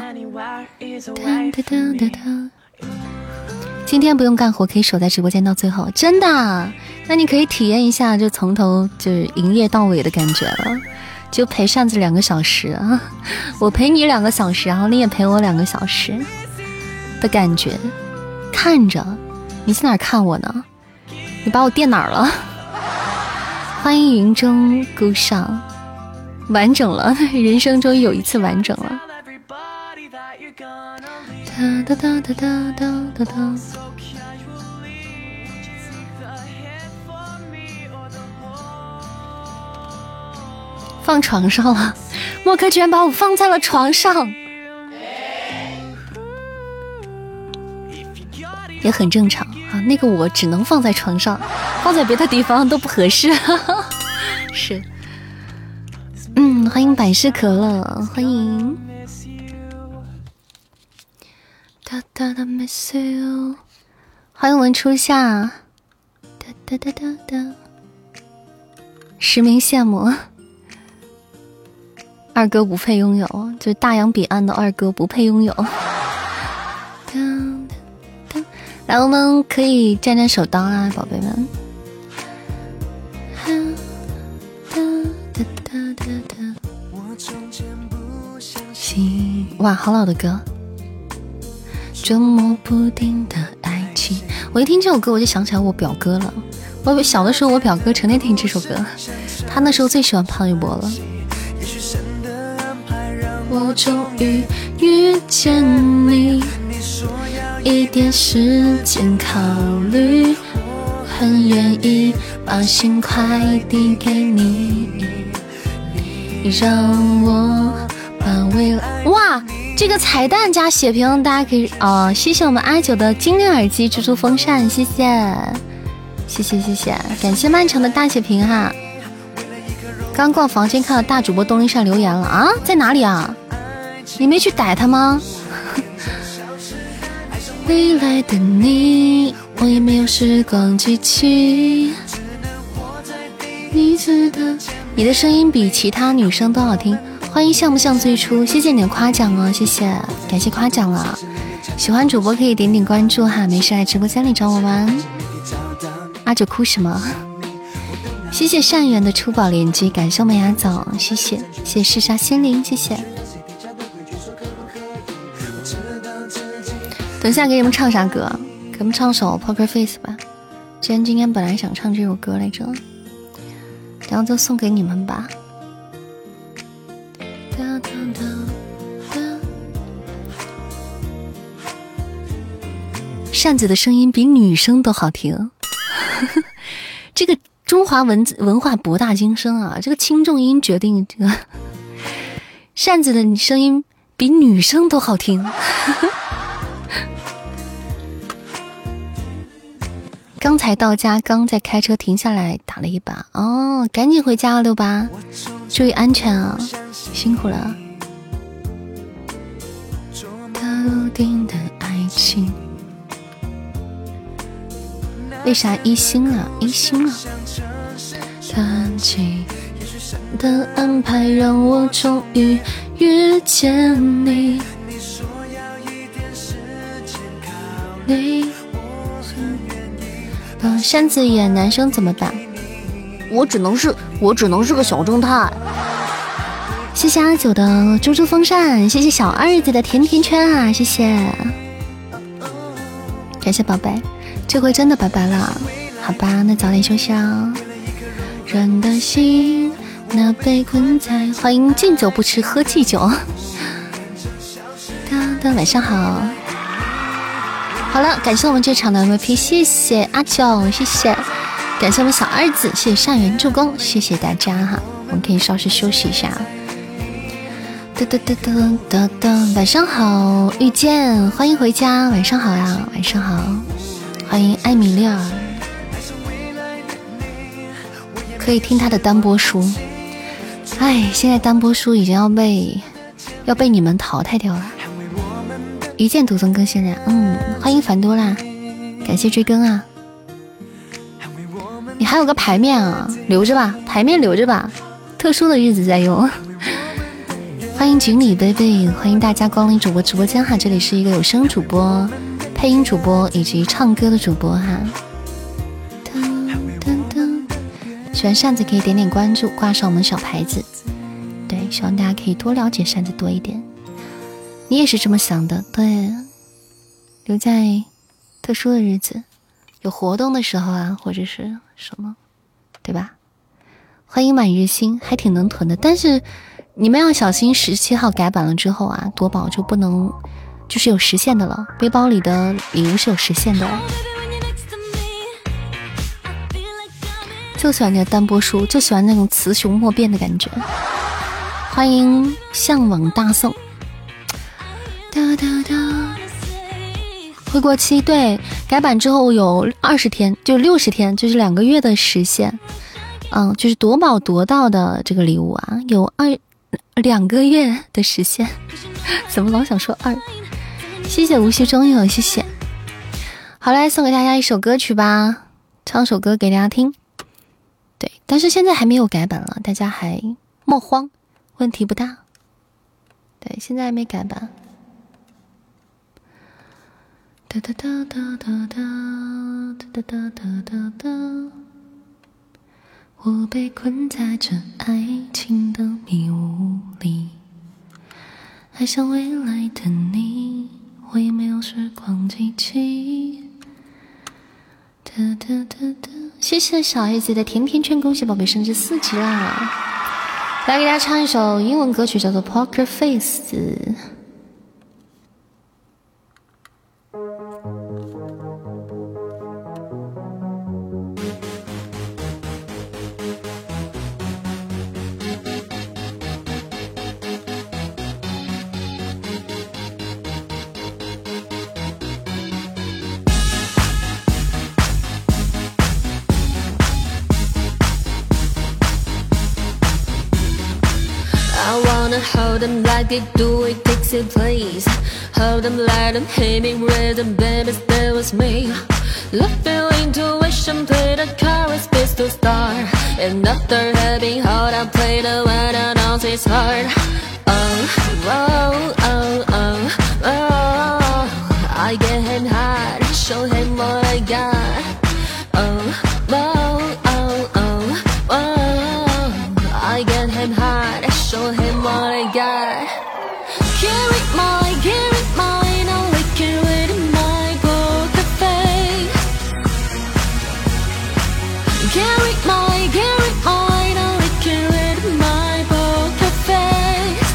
今天不用干活，可以守在直播间到最后，真的？那你可以体验一下，就从头就是营业到尾的感觉了，就陪扇子2个小时啊，我陪你2个小时，然后你也陪我2个小时的感觉，看着。你在哪儿看我呢？你把我垫哪儿了？欢迎云中孤上，完整了，人生终于有一次完整了。哒哒哒哒哒哒哒哒。放床上了，莫哥居然把我放在了床上。也很正常啊，那个我只能放在床上，放在别的地方都不合适。是，欢迎百事可乐，欢迎。哒哒哒 miss you， 欢迎我们初夏。哒哒哒哒哒，实名羡慕。二哥不配拥有，就是大洋彼岸的二哥不配拥有。来，我们可以站站手刀啊，宝贝们！哇，好老的歌！捉摸不定的爱情，我一听这首歌我就想起来我表哥了。我小的时候，我表哥成天听这首歌，他那时候最喜欢潘玮柏了。我终于遇见你。一点时间考虑，很愿意把心快递给你，让我把未来。哇，这个彩蛋加血瓶，大家可以谢谢我们阿九的精灵耳机、蜘蛛风扇，谢谢，谢谢谢谢，感谢漫长的大血瓶哈。刚逛房间看到大主播东林善留言了啊，在哪里啊？你没去逮他吗？未来的你，我也没有时光机器。你知道，你的声音比其他女生都好听。欢迎像不像最初，谢谢你的夸奖哦，谢谢，感谢夸奖了。喜欢主播可以点点关注哈，没事来直播间里找我玩。阿九哭什么？谢谢善缘的出宝连击，感谢我们雅总，谢谢，谢谢嗜杀心灵，谢谢。等一下给你们唱啥歌？给我们唱首 Poker Face 吧。今天本来想唱这首歌来着，然后就送给你们吧。扇子的声音比女生都好听，这个中华文化博大精深啊！这个轻重音决定这个扇子的声音比女生都好听。 刚才到家，刚在开车停下来打了一把。哦，赶紧回家了，68，注意安全啊，辛苦了。笃定的爱情，为啥一星了？一星了。谈起的安排让我终于遇见你。扇子演男生怎么办？我只能是个小正太。谢谢阿九的猪猪风扇，谢谢小二子的甜甜圈啊，谢谢，感谢宝贝，这回真的拜拜了，好吧，那早点休息啊。人的心那被困在，欢迎敬酒不吃喝祭酒。晚上好。好了，感谢我们这场的 MVP， 谢谢阿九，谢谢，感谢我们小二子，谢谢善缘助攻，谢谢大家哈，我们可以稍事休息一下。晚上好，遇见，欢迎回家，晚上好呀，晚上好，欢迎艾米丽尔，可以听他的单播书。哎，现在单播书已经要被你们淘汰掉了。一键独尊更新了，欢迎凡多啦，感谢追更啊！你还有个牌面啊，留着吧，牌面留着吧，特殊的日子再用。欢迎锦鲤贝贝，欢迎大家光临主播直播间哈，这里是一个有声主播、配音主播以及唱歌的主播哈。喜欢扇子可以点点关注，挂上我们小牌子。对，希望大家可以多了解扇子多一点。你也是这么想的，对，留在特殊的日子，有活动的时候啊，或者是什么，对吧？欢迎满日星，还挺能囤的，但是你们要小心，17号改版了之后啊，夺宝就不能，就是有时限的了，背包里的礼物是有时限的。就喜欢那个单播书，就喜欢那种雌雄莫辨的感觉。欢迎向往大宋。会过期，对，改版之后有20天，就60天，就是2个月的时限。就是夺宝夺到的这个礼物啊，有2个月的时限。怎么老想说2？谢谢无锡中友，谢谢。好，来送给大家一首歌曲吧，唱首歌给大家听。对，但是现在还没有改版了，大家还莫慌，问题不大。对，现在还没改版。哒哒哒哒哒哒哒哒哒哒，我被困在这爱情的迷雾里，爱上未来的你，我也没有时光机器。哒哒哒哒，谢谢小儿子的甜甜圈，恭喜宝贝升至4级啦！来给大家唱一首英文歌曲，叫做 Poker Face。Hold them like they do it, Dixie please. Hold them, let them hit me, rhythm, baby, stay with me. Love feel intuition, play the chorus, pistol star. And after having hold, I play the one and all his heart. Oh, oh, oh, oh, oh. I get him hard, show him what I got. Oh, oh, oh, oh, oh. I get him hard, show him what I got. Carry mine, I'll lick it with my poker face. Carry mine, I'll lick it with my poker face.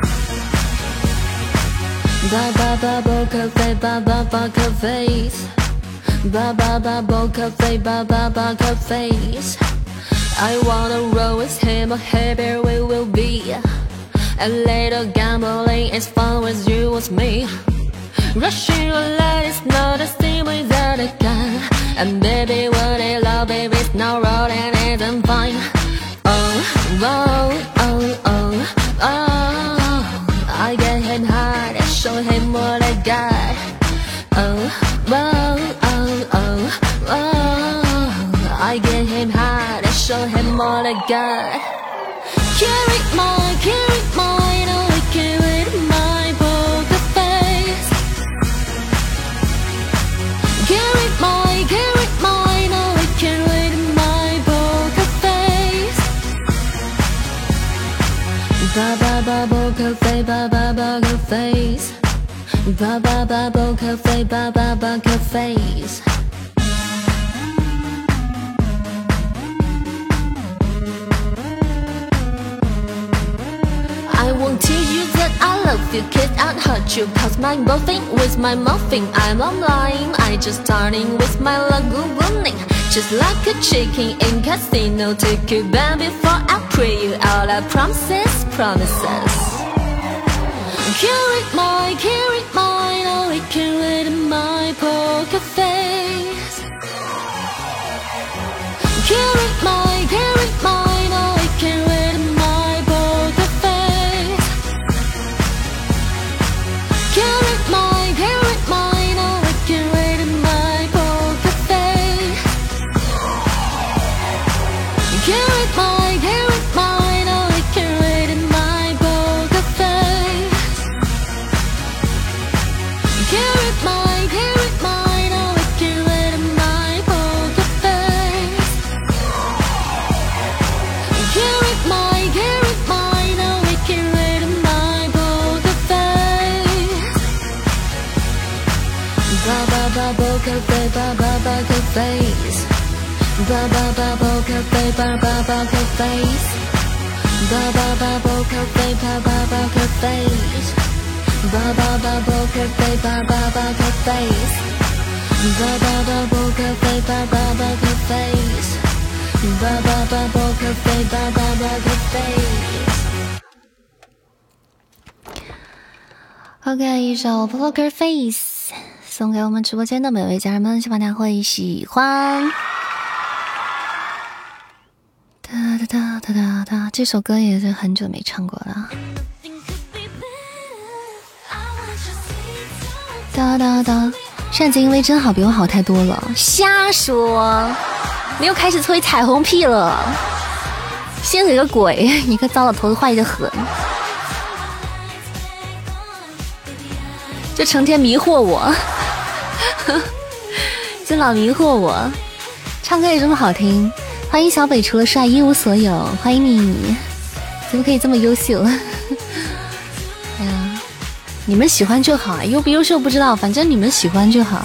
Ba ba ba poker face, ba ba poker face. Ba ba ba poker face, ba ba poker face. I wanna roll with him, but happy we will be. A little gambling is fun with you, with me. Rushing your light is not the same without a gun. And baby, what a love, baby, it's not rolling, isn't fine. Oh, oh, oh, oh, oh, I get him hard, I show him what I got. Oh, oh, oh, oh, oh, I get him hard, I show him what I got. Carry mine, oh, I carry my poker face. Carry mine, oh, I carry my poker face. Ba ba ba poker face, ba ba poker face. Ba ba ba poker face, ba ba poker face. I won't tell you that I love you, kid, I'd hurt you. Cause my buffing with my muffin, I'm online. I just starting with my lagoon. Just like a chicken in casino. Take you back before I pray you all our promises, promises. Carry mine, oh, I carry my poker face. Carry mine, oh, I carry my poker face. Carry mine, oh, I carry my poker face. Carry mine, oh, I carry my poker face. Carry mine, oh, I carry my poker face. Carry mine, oh, I carry my poker face. Ba ba ba poker face, ba ba poker face. Ba ba ba poker face, ba ba poker face. Ba ba ba poker face, ba ba poker face. Ba ba ba poker face, ba ba poker face. Ba ba ba poker face, ba ba poker face. Ba ba ba poker face, ba ba poker face. OK， 一首 Poker Face 送给我们直播间的每位家人们，希望大家会喜欢。哒哒哒哒哒哒，这首歌也是很久没唱过了。哒哒哒，扇子因为真好，比我好太多了。瞎说，你又开始吹彩虹屁了。信你个鬼！你个糟老头子坏得很，就成天迷惑我，就老迷惑我。唱歌也这么好听，欢迎小北，除了帅一无所有，欢迎你，怎么可以这么优秀？哎呀，你们喜欢就好，优不优秀不知道，反正你们喜欢就好。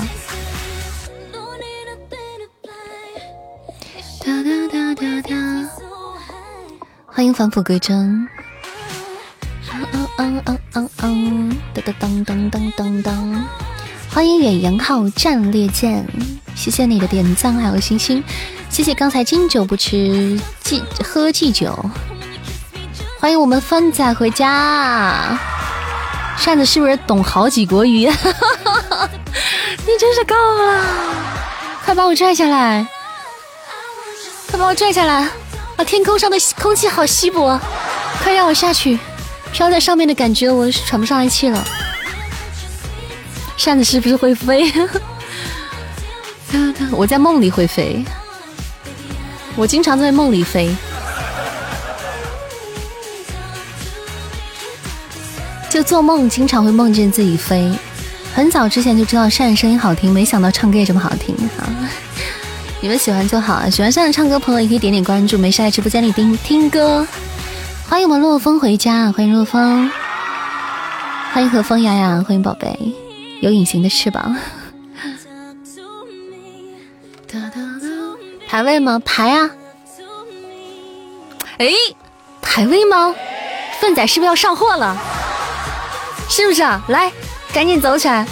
哒哒哒哒哒，欢迎返璞归真。噔噔噔噔噔噔噔，欢迎远洋号战列舰，谢谢你的点赞还有星星，谢谢刚才敬酒不吃喝祭酒，欢迎我们帆仔回家。扇子是不是懂好几国语言？你真是够了，快把我拽下来，快把我拽下来！啊，天空上的空气好稀薄，快让我下去。飘在上面的感觉我喘不上来气了。扇子是不是会飞？我在梦里会飞，我经常在梦里飞，就做梦经常会梦见自己飞。很早之前就知道扇子声音好听，没想到唱歌也这么好听。好，你们喜欢就好，喜欢扇子唱歌朋友也可以点点关注，没事在直播间里听歌。欢迎我们洛风回家，欢迎洛风，欢迎和风雅雅，欢迎宝贝，有隐形的翅膀。排位吗？排啊！哎，排位吗？粪仔是不是要上货了？是不是啊？来，赶紧走起来。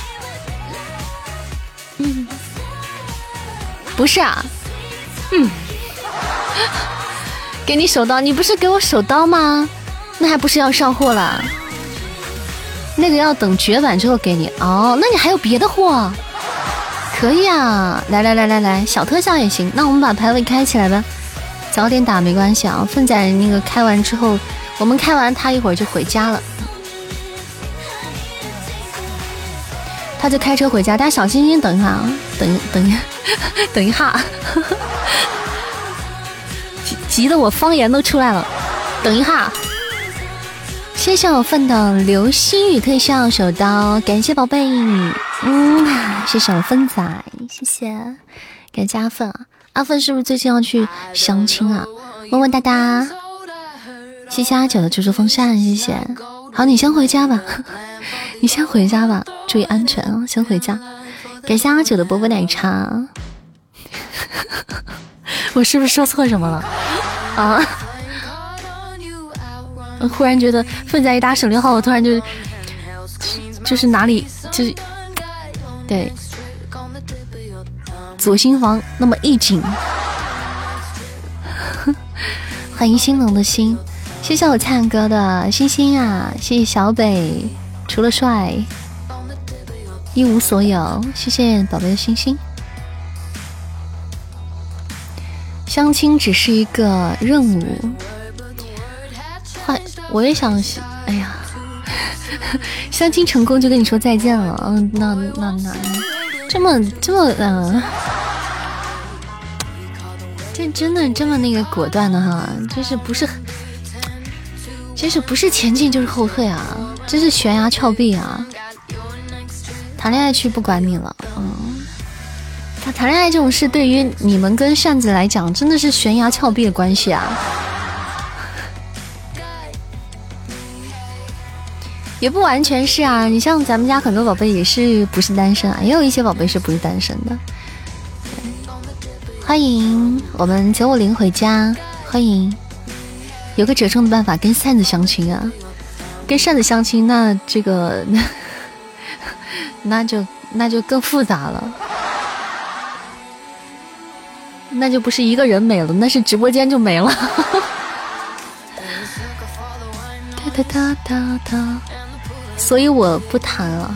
不是啊，给你手刀，你不是给我手刀吗？那还不是要上货了？那个要等绝版之后给你哦。那你还有别的货？ 可以啊，来，小特效也行。那我们把排位开起来吧，早点打没关系啊。凤仔那个开完之后，我们开完他一会儿就回家了，他就开车回家。大家小心心等一下啊，等一下，急得我方言都出来了。等一下，谢谢我奋的流星雨特效手刀，感谢宝贝。谢谢我芬仔，谢谢，感谢阿奋啊。阿奋是不是最近要去相亲啊？问问大家。谢谢阿九的猪猪风扇，谢谢。好，你先回家吧，你先回家吧，注意安全啊，先回家。感谢阿九的波波奶茶。我是不是说错什么了啊？我忽然觉得奋仔一打省略号，我突然就是哪里就是对左心房那么一紧。欢迎心龙的心，谢谢我灿哥的星星啊，谢谢小北，除了帅一无所有，谢谢宝贝的星星。相亲只是一个任务，我也想，哎呀，相亲成功就跟你说再见了。那这么这真的这么那个果断的哈，就是不是前进就是后退啊，这是悬崖峭壁啊。谈恋爱去不管你了，谈恋爱这种事对于你们跟扇子来讲真的是悬崖峭壁的关系啊。也不完全是啊，你像咱们家很多宝贝也是不是单身啊，也有一些宝贝是不是单身的。欢迎我们950回家，欢迎。有个折中的办法，跟扇子相亲啊，跟扇子相亲，那这个那就更复杂了，那就不是一个人没了，那是直播间就没了。所以我不谈了。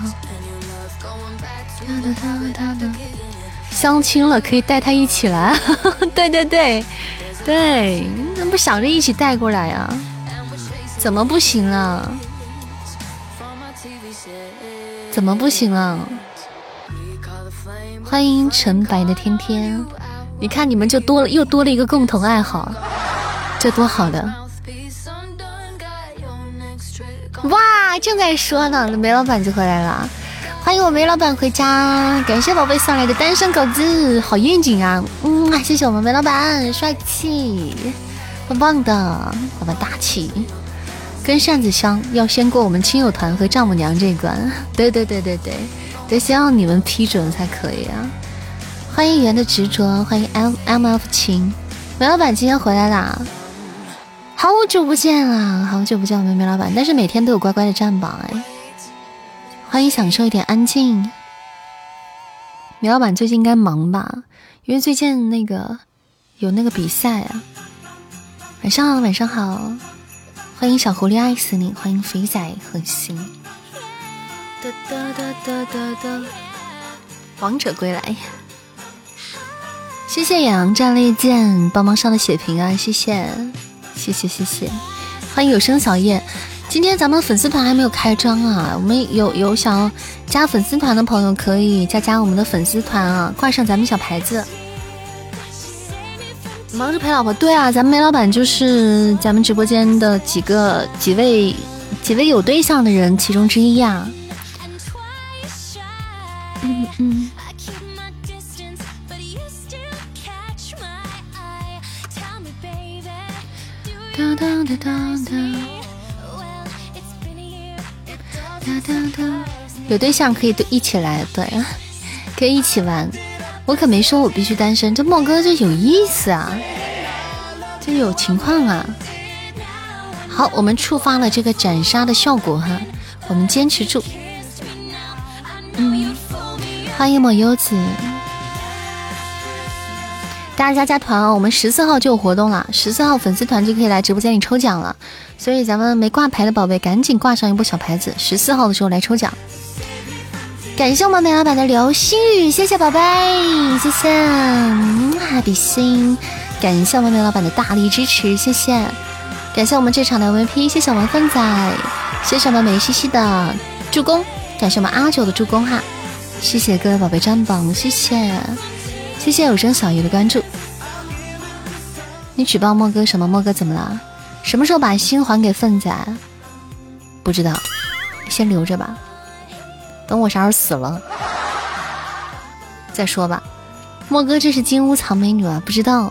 相亲了可以带他一起来。对，那不想着一起带过来呀？怎么不行了？欢迎纯白的天天，你看你们就又多了一个共同爱好，这多好的！哇，正在说呢，梅老板就回来了，欢迎我梅老板回家，感谢宝贝送来的单身狗子，好应景啊！谢谢我们梅老板，帅气，棒棒的，老板大气。跟扇子相要先过我们亲友团和丈母娘这一关，对，得先让你们批准才可以啊！欢迎圆的执着，欢迎 MF 情，梅老板今天回来啦。好久不见啦，好久不见我们梅老板，但是每天都有乖乖的站榜哎。欢迎享受一点安静。梅老板最近应该忙吧，因为最近有那个比赛啊。晚上好，欢迎小狐狸爱死你，欢迎肥仔和心。王者归来，谢谢远洋战列舰帮忙上的血瓶啊，谢谢。欢迎有声小叶，今天咱们粉丝团还没有开张啊，我们有想要加粉丝团的朋友可以加我们的粉丝团啊，挂上咱们小牌子。忙着陪老婆，对啊，咱们梅老板就是咱们直播间的几位有对象的人其中之一啊。有对象可以一起来，对，可以一起玩。我可没说我必须单身，这莫哥这有意思啊，这有情况啊。好，我们触发了这个斩杀的效果哈，我们坚持住。欢迎莫优子，大家加团哦，我们14号就有活动了，14号粉丝团就可以来直播间里抽奖了，所以咱们没挂牌的宝贝赶紧挂上一波小牌子，14号的时候来抽奖。 感谢我们梅老板的流星雨，谢谢宝贝，谢谢比心，感谢我们梅老板的大力支持，谢谢，感谢我们这场的 MVP， 谢谢我们奋仔，谢谢我们美西西的助攻，感谢我们阿九的助攻哈，谢谢各位宝贝占榜，谢谢，谢谢有声小鱼的关注。你举报莫哥什么？莫哥怎么了？什么时候把心还给奋仔？不知道，先留着吧，等我啥时候死了再说吧。莫哥这是金屋藏美女啊，不知道。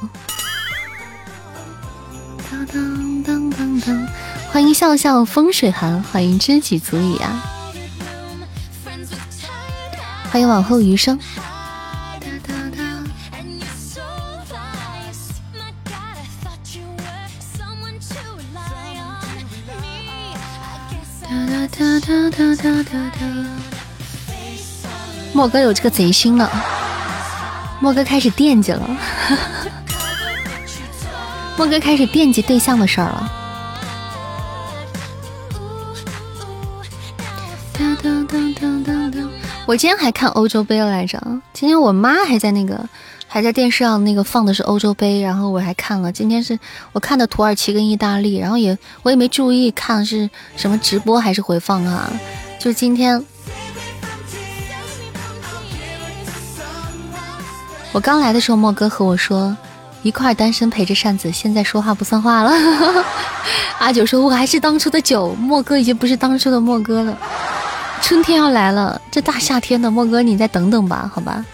欢迎笑笑风水寒，欢迎知己足矣啊，欢迎往后余生。莫哥有这个贼心了，莫哥开始惦记了莫哥开始惦记对象的事儿了。我今天还看欧洲杯来着，今天我妈还在电视上放的是欧洲杯，然后我还看了，今天是我看的土耳其跟意大利，然后我也没注意看是什么直播还是回放啊，就今天我刚来的时候，莫哥和我说一块单身陪着扇子，现在说话不算话了阿九说我还是当初的九，莫哥已经不是当初的莫哥了，春天要来了，这大夏天的莫哥你再等等吧，好吧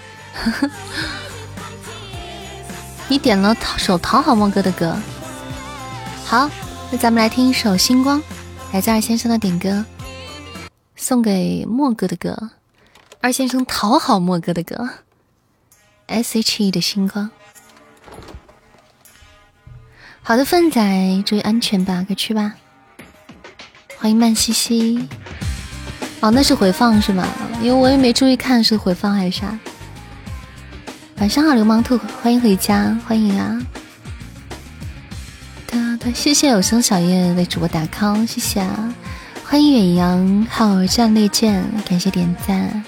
你点了首讨好莫哥的歌，好，那咱们来听一首星光，来自二先生的点歌，送给莫哥的歌，二先生讨好莫哥的歌， SHE 的星光。好的，奋仔注意安全吧，快去吧。欢迎慢西西。哦，那是回放是吗？因为我也没注意看是回放还是啥。晚上好，流氓兔，欢迎回家，欢迎啊！谢谢有声小叶为主播打 call， 谢谢啊！欢迎远洋号战列舰，感谢点赞。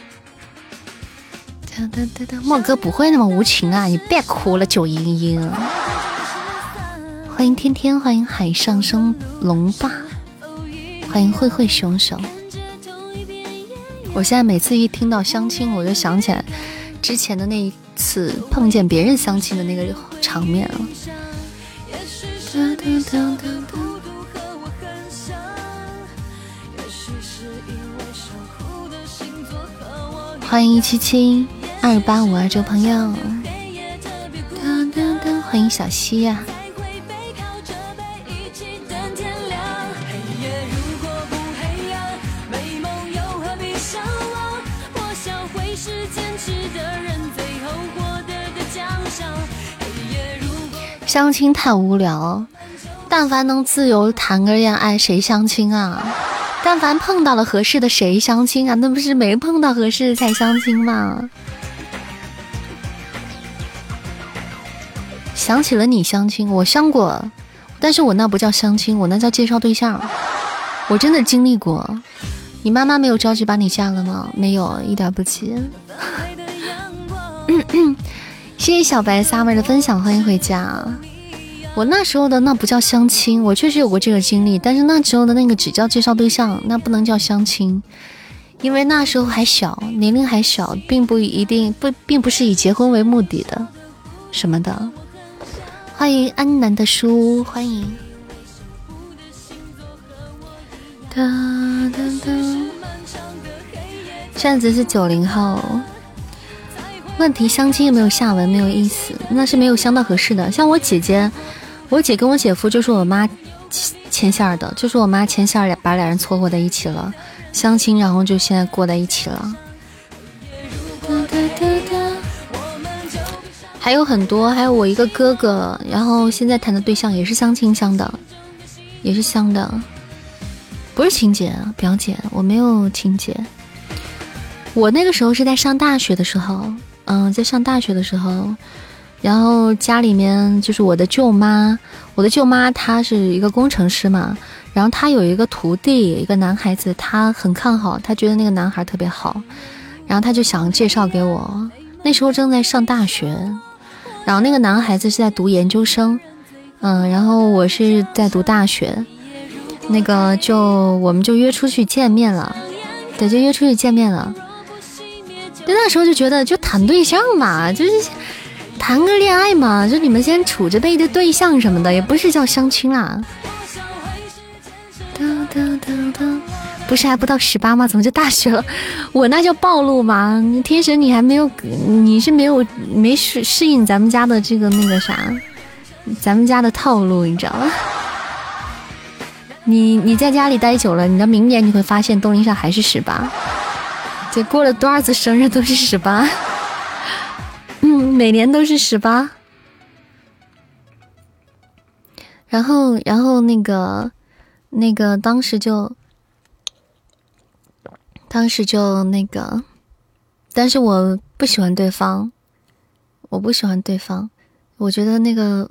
莫哥不会那么无情啊，你别哭了，九英英。欢迎天天，欢迎海上升龙霸，欢迎慧慧凶手。我现在每次一听到相亲，我就想起来之前的那一次碰见别人相亲的那个场面了。欢迎1772852这位朋友，欢迎小溪呀、相亲太无聊，但凡能自由谈个恋爱，谁相亲啊？但凡碰到了合适的，谁相亲啊？那不是没碰到合适才相亲吗？想起了你相亲，我相过，但是我那不叫相亲，我那叫介绍对象。我真的经历过。你妈妈没有着急把你嫁了吗？没有，一点不急。谢谢小白 summer 的分享，欢迎回家。我那时候的那不叫相亲，我确实有过这个经历，但是那时候的那个只叫介绍对象，那不能叫相亲，因为那时候还小，年龄还小，并不是以结婚为目的的什么的。欢迎安南的书，欢迎。扇子是90后。问题相亲也没有下文，没有意思，那是没有相到合适的。像我姐跟我姐夫就是我妈牵线的，就是我妈牵线把俩人撮合在一起了，相亲然后就现在过在一起了。还有很多，还有我一个哥哥，然后现在谈的对象也是相亲相的，也是相的，不是亲姐表姐，我没有亲姐。我那个时候是在上大学的时候，在上大学的时候，然后家里面就是我的舅妈她是一个工程师嘛，然后她有一个徒弟，一个男孩子，她很看好，她觉得那个男孩特别好， 然后他就想介绍给我，那时候正在上大学，然后那个男孩子是在读研究生，然后我是在读大学，那个我们就约出去见面了，对，就约出去见面了。就那时候就觉得就谈对象嘛，就是谈个恋爱嘛，就你们先处着备的对象什么的，也不是叫相亲啦。不是还不到18吗？怎么就大学了？我那叫暴露吗？天神你还没有，你是没适应咱们家的这个那个啥，咱们家的套路，你知道吗？你在家里待久了，你到明年你会发现东林上还是18，这过了多少次生日都是18，每年都是18。然后那个当时就那个，但是我不喜欢对方，我觉得那个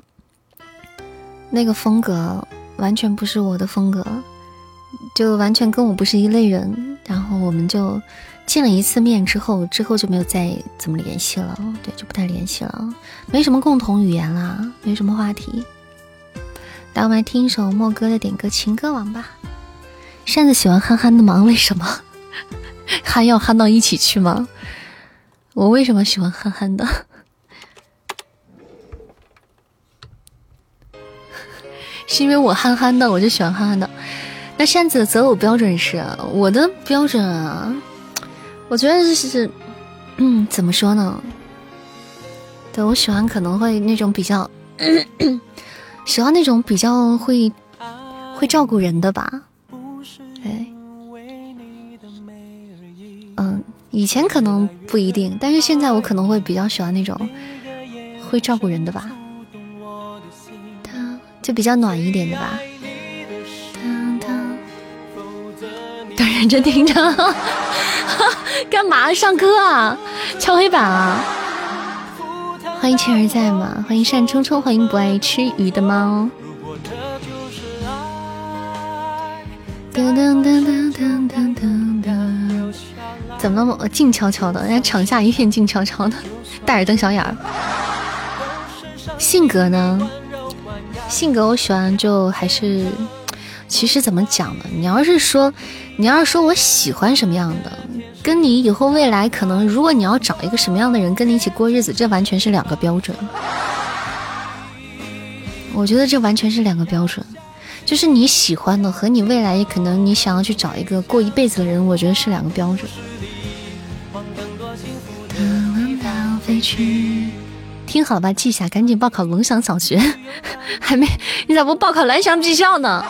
风格完全不是我的风格，就完全跟我不是一类人。然后我们就见了一次面之后就没有再怎么联系了，对，就不太联系了，没什么共同语言啦，没什么话题。来，我们来听一首莫哥的点歌《情歌王》吧。扇子喜欢憨憨的吗？为什么？憨要憨到一起去吗？我为什么喜欢憨憨的？是因为我憨憨的，我就喜欢憨憨的。那扇子的择偶标准是，我的标准啊，我觉得是，怎么说呢？对，我喜欢可能会那种比较，喜欢那种比较会照顾人的吧。对，以前可能不一定，但是现在我可能会比较喜欢那种会照顾人的吧，就比较暖一点的吧。都认真听着，干嘛上课啊？敲黑板啊？欢迎千儿在吗？欢迎单冲冲，欢迎不爱吃鱼的猫。怎么那么静悄悄的？人家场下一片静悄悄的，大耳瞪小眼儿。性格呢？性格我喜欢就还是，其实怎么讲呢？你要是说我喜欢什么样的，跟你以后未来可能，如果你要找一个什么样的人跟你一起过日子，这完全是两个标准。我觉得这完全是两个标准。就是你喜欢的和你未来可能你想要去找一个过一辈子的人，我觉得是两个标准。听好了吧，记下，赶紧报考龙翔小学。还没，你咋不报考蓝翔技校呢？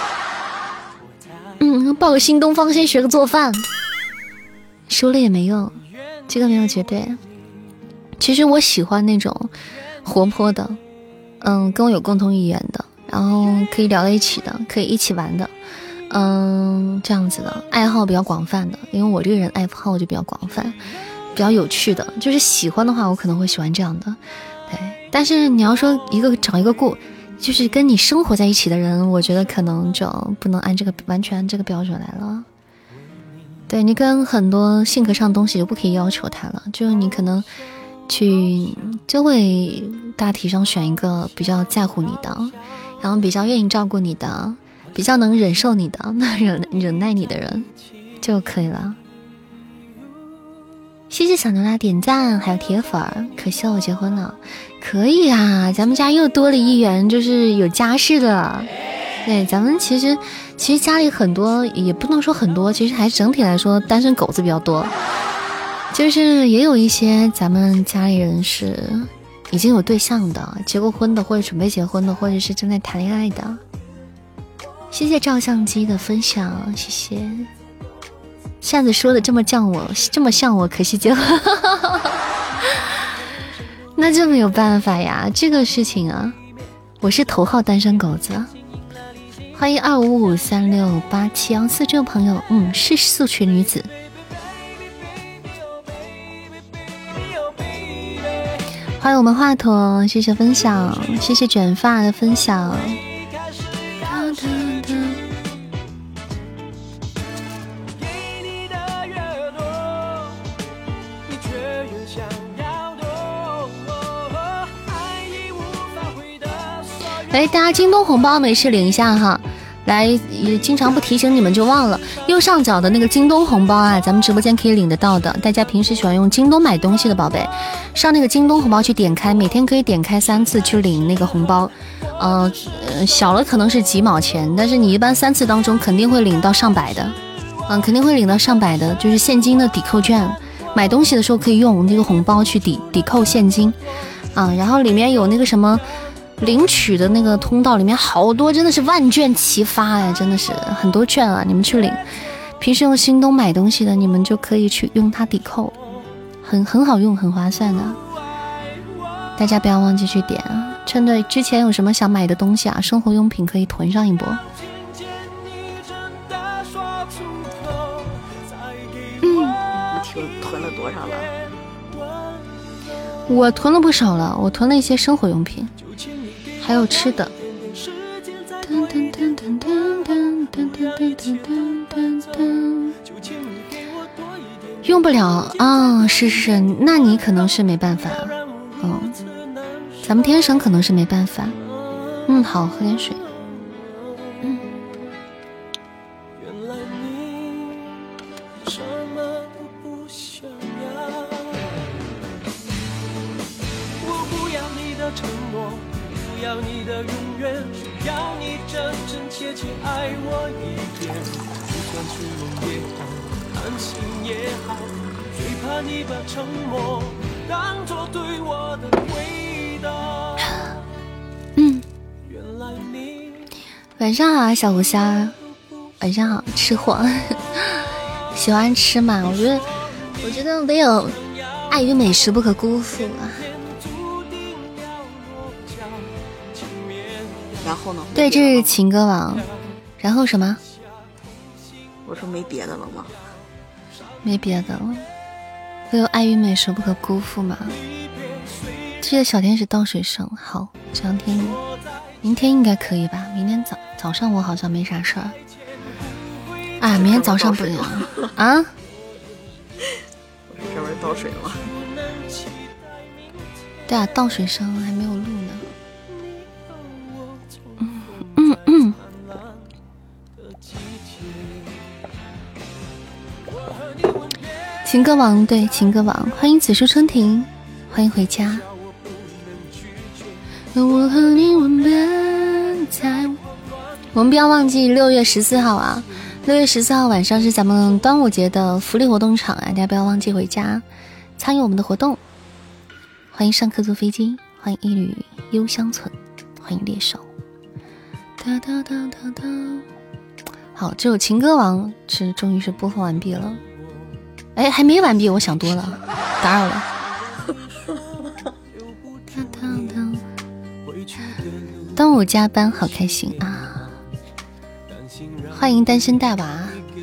报个新东方，先学个做饭。说了也没用，这个没有绝对。其实我喜欢那种活泼的，跟我有共同语言的，然后可以聊在一起的，可以一起玩的，这样子的，爱好比较广泛的，因为我这个人爱好就比较广泛，比较有趣的，就是喜欢的话，我可能会喜欢这样的，对。但是你要说找一个就是跟你生活在一起的人，我觉得可能就不能完全按这个标准来了。对，你跟很多性格上的东西就不可以要求他了，就是你可能就会大体上选一个比较在乎你的，然后比较愿意照顾你的，比较能忍受你的，忍耐你的人就可以了。谢谢小牛拉点赞还有铁粉，可惜我结婚了。可以啊，咱们家又多了一员，就是有家室的。对，咱们其实家里很多，也不能说很多，其实还整体来说单身狗子比较多，就是也有一些咱们家里人是已经有对象的，结过婚的，或者准备结婚的，或者是正在谈恋爱的。谢谢照相机的分享，谢谢。扇子说的这么像我，可惜结婚。那就没有办法呀，这个事情啊，我是头号单身狗子。欢迎2553687杨四这位朋友，是素裙女子。欢迎我们华佗，谢谢分享，谢谢卷发的分享。 哎，大家京东红包没事领一下哈。来，也经常不提醒你们就忘了。右上角的那个京东红包啊，咱们直播间可以领得到的。大家平时喜欢用京东买东西的宝贝，上那个京东红包去点开，每天可以点开3次去领那个红包。小了可能是几毛钱，但是你一般3次当中肯定会领到上百的，肯定会领到上百的，就是现金的抵扣券。买东西的时候可以用那个红包去抵扣现金啊，然后里面有那个什么。领取的那个通道里面好多，真的是万卷齐发哎，真的是很多券啊！你们去领，平时用京东买东西的，你们就可以去用它抵扣，很好用，很划算的。大家不要忘记去点啊！趁着之前有什么想买的东西啊，生活用品可以囤上一波。 囤了多少了？ 我囤了不少了，我囤了一些生活用品。还有吃的，用不了啊！是，那你可能是没办法，咱们天神可能是没办法。好，喝点水。晚上好，小狐仙儿。晚上好，吃货。喜欢吃嘛？我觉得唯有爱与美食不可辜负啊。 然后呢？ 对，这是情歌王。然后什么？ 我说没别的了吗？ 没别的了，唯有爱与美食不可辜负嘛。记得小天使倒水声。好，这两天明天应该可以吧？明天早上我好像没啥事儿。啊，明天早上不行啊？ 这不是倒水吗？ 对啊，倒水声还没有录呢。情歌王，对，情歌王，欢迎紫树春庭，欢迎回家。我和你吻别在，我们不要忘记6月14号啊！6月14号晚上是咱们端午节的福利活动场啊，大家不要忘记回家参与我们的活动。欢迎上课坐飞机，欢迎一缕幽香存，欢迎猎手。哒哒哒哒哒。好，这首情歌王是终于是播放完毕了。哎，还没完毕，我想多了，打扰了。端午加班好开心啊！欢迎单身带娃。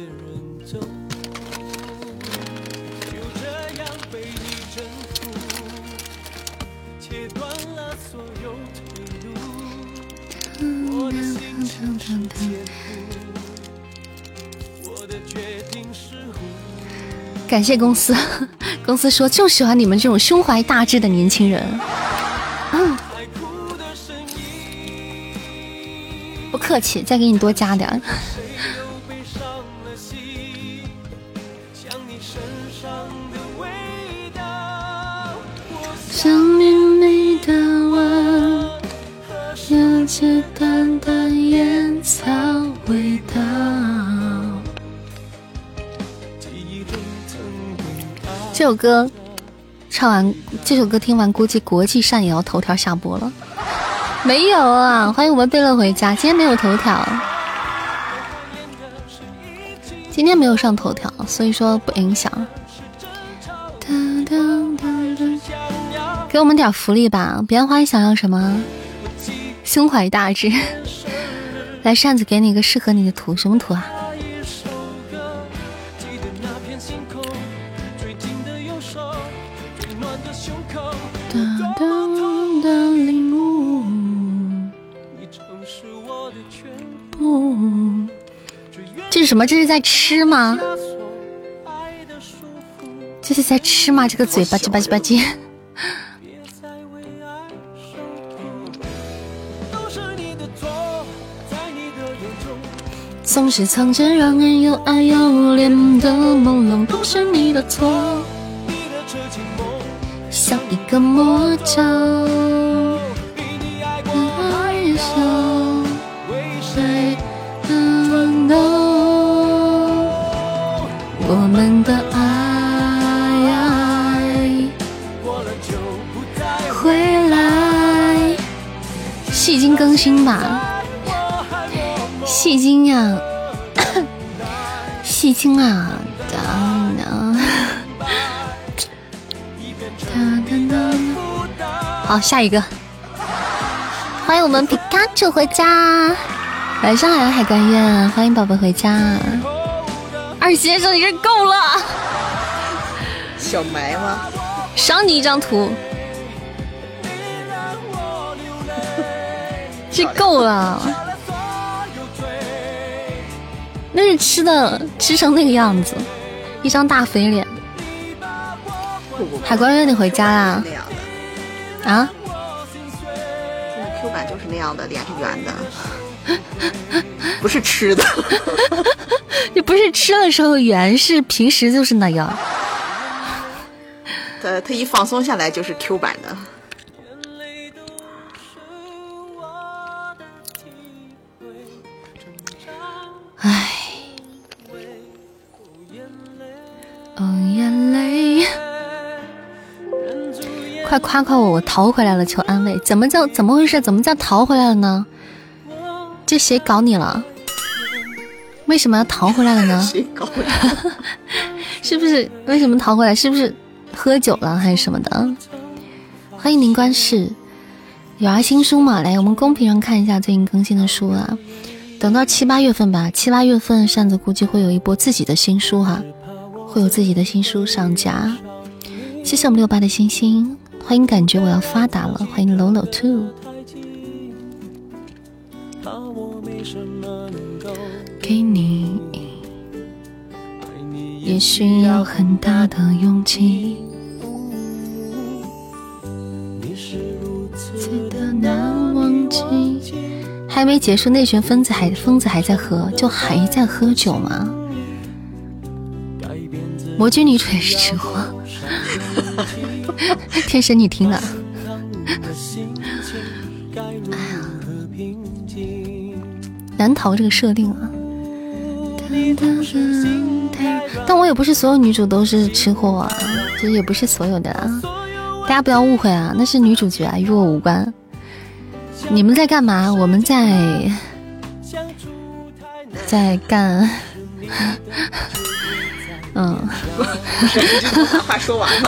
感谢公司，公司说就喜欢你们这种胸怀大志的年轻人。不客气，再给你多加点。想念你的吻，有着淡淡烟草味道。这首歌唱完，这首歌听完，估计国际上也要头条下播了。没有啊，欢迎我们贝乐回家。今天没有头条，今天没有上头条，所以说不影响。给我们点福利吧，彼岸花，你想要什么？胸怀大志。来，扇子给你一个适合你的图，什么图啊？这是什么？这是在吃吗？这是在吃吗？这个嘴吧唧吧唧吧唧。 总是藏着让人又爱又怜的朦胧，都是你的错，像一个魔咒。我们的爱回来，戏精更新吧，戏精呀，戏精啊！好，下一个，欢迎我们皮卡丘回家，晚上好，海关月，欢迎宝贝回家。二先生，你这够了， 小埋吗？ 赏你一张图，这够了。那是吃成那个样子，一张大肥脸。海关月，你回家啦？ 那样的啊？ 那 Q 版就是那样的，脸是圆的，不是吃的。 你不是吃的时候圆，是平时就是那样。 他一放松下来就是 Q 版的。 唉，哦眼泪，快夸夸我，我逃回来了，求安慰。怎么回事？怎么叫逃回来了呢？这谁搞你了？为什么要逃回来了呢？ 谁搞回来了？ 是不是？为什么逃回来？是不是喝酒了还是什么的？欢迎您观视，有新书嘛？来，我们公屏上看一下最近更新的书啊。等到7、8月份吧，7、8月份扇子估计会有一波自己的新书哈，会有自己的新书上架。谢谢我们68的星星，欢迎感觉我要发达了，欢迎 Lolo Two。给你也需要很大的勇气，记得难忘记。还没结束，那群疯子还在喝，就还在喝酒吗？魔君女主也是吃货，天神你听了。哎呀，难逃这个设定啊！但我也不是所有女主都是吃货啊，就是也不是所有的啊，大家不要误会啊，那是女主角啊，与我无关。你们在干嘛？我们在干， 不是，你就把话说完了。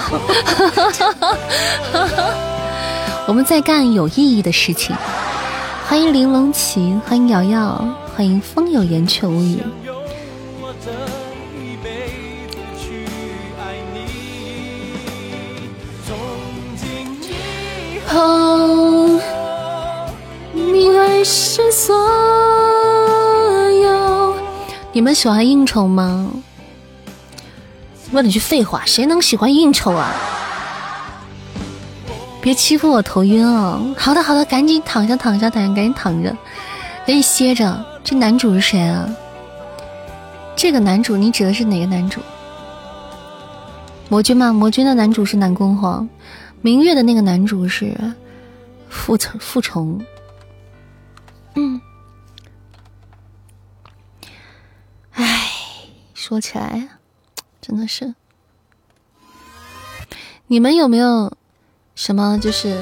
我们在干有意义的事情。欢迎玲珑旗，欢迎瑶瑶，欢迎风有言却无语。哦，你爱是所有。你们喜欢应酬吗？问了句废话，谁能喜欢应酬啊？别欺负我头晕哦。好的好的，赶紧躺下，赶紧躺着，赶紧歇着。这男主是谁啊？这个男主你指的是哪个男主？魔君吗？魔君的男主是南宫晃，明月的那个男主是傅崇。唉，说起来真的是，你们有没有什么就是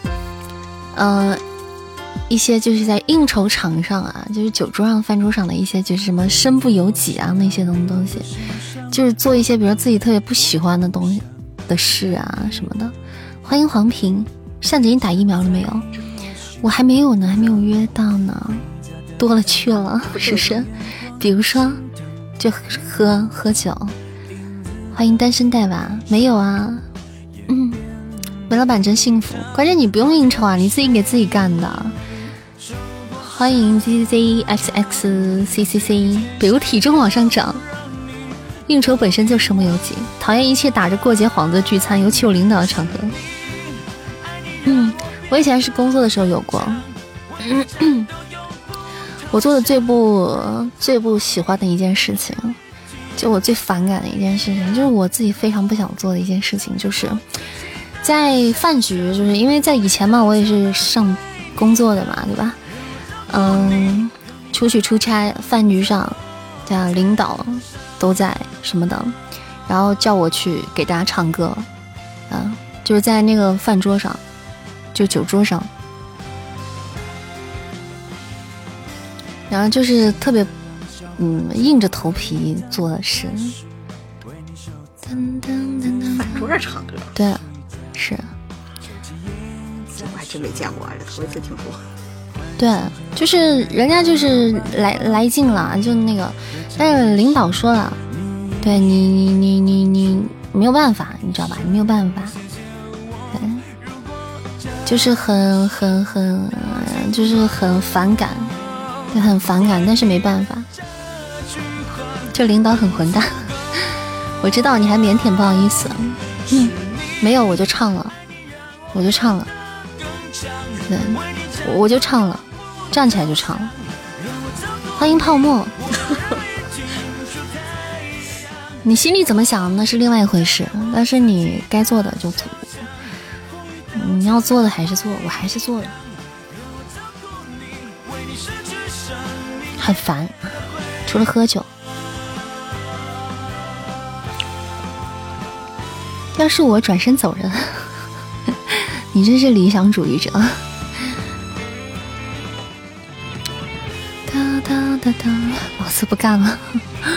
一些就是在应酬场上啊，就是酒桌上饭桌上的一些就是什么身不由己啊，那些东西，就是做一些比如自己特别不喜欢的东西的事啊什么的。欢迎黄平，扇子你打疫苗了没有？我还没有呢，还没有约到呢，多了去了，是不是？比如说就喝酒。欢迎单身带娃，没有啊？梅老板真幸福，关键你不用应酬啊，你自己给自己干的。欢迎 ZZXXCCC， 比如体重往上涨，应酬本身就身不由己，讨厌一切打着过节幌子的聚餐，尤其有领导的场合。我以前是工作的时候有过。 我做的最不喜欢的一件事情，就我最反感的一件事情，就是我自己非常不想做的一件事情，就是在饭局，就是因为在以前嘛，我也是上工作的嘛，对吧？出去出差，饭局上，像领导都在什么的，然后叫我去给大家唱歌，就是在那个饭桌上，就酒桌上，然后就是特别硬着头皮做的事。 饭桌上唱歌？ 对，是。 我还真没见过，这头一次听说。 对，就是人家就是来劲了，就那个，但是领导说了，对你没有办法，你知道吧？你没有办法，对，就是很就是很反感，对，很反感，但是没办法，这领导很混蛋，我知道你还腼腆不好意思，没有我就唱了，对，我就唱了。站起来就唱了，欢迎泡沫。你心里怎么想那是另外一回事，但是你该做的就做，你要做的还是做，我还是做了，很烦，除了喝酒。要是我转身走人，你真是理想主义者。老子不干了。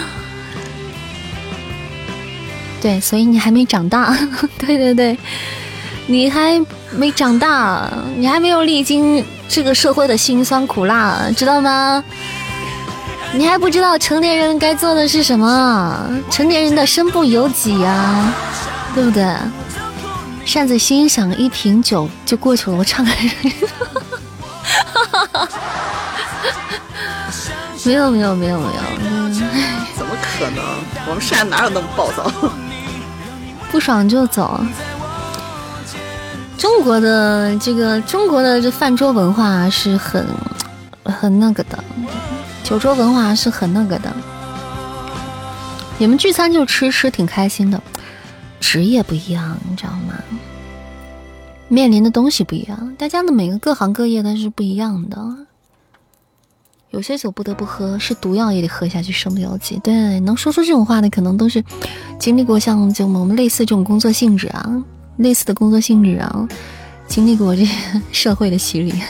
对，所以你还没长大。对，你还没长大，你还没有历经这个社会的辛酸苦辣，知道吗？你还不知道成年人该做的是什么，成年人的身不由己啊，对不对？扇子心想一瓶酒就过去了，我唱个人。没有， 怎么可能？我们山哪有那么暴躁？ 不爽就走。中国的这饭桌文化是很那个的，酒桌文化是很那个的。你们聚餐就吃挺开心的，职业不一样，你知道吗？面临的东西不一样，大家的每个各行各业它是不一样的。有些酒不得不喝，是毒药也得喝下去，身不由己。对，能说出这种话的，可能都是经历过像就我们类似这种工作性质啊，类似的工作性质啊，经历过这社会的洗礼。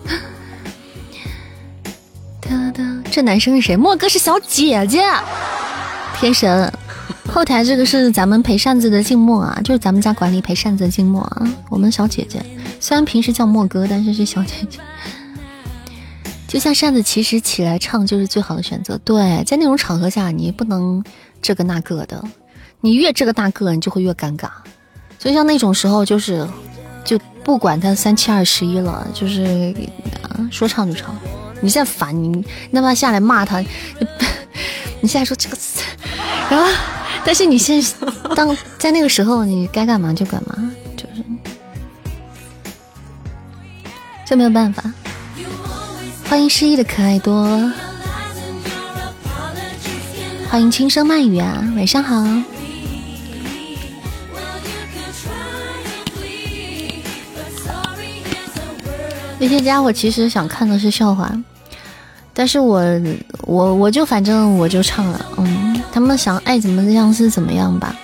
这男生是谁？莫哥是小姐姐，天神。后台这个是咱们陪扇子的静默啊，就是咱们家管理陪扇子的静默啊，我们小姐姐，虽然平时叫莫哥，但是是小姐姐。就像扇子其实起来唱就是最好的选择，对，在那种场合下你不能这个那个的，你越这个那个你就会越尴尬，所以像那种时候就不管他3、7、2、11了，就是说唱就唱，你现在烦你哪怕下来骂他，你现在说这个词，然后但是你现在当在那个时候你该干嘛就干嘛，就没有办法。欢迎失忆的可爱多，欢迎轻声慢语啊，晚上好。那些家伙其实想看的是笑话，但是我就反正我就唱了，他们想爱怎么样是怎么样吧。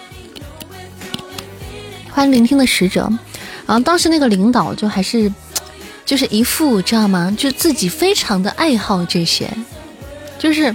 欢迎聆听的使者，然后当时那个领导就是一副知道吗？就自己非常的爱好这些，就是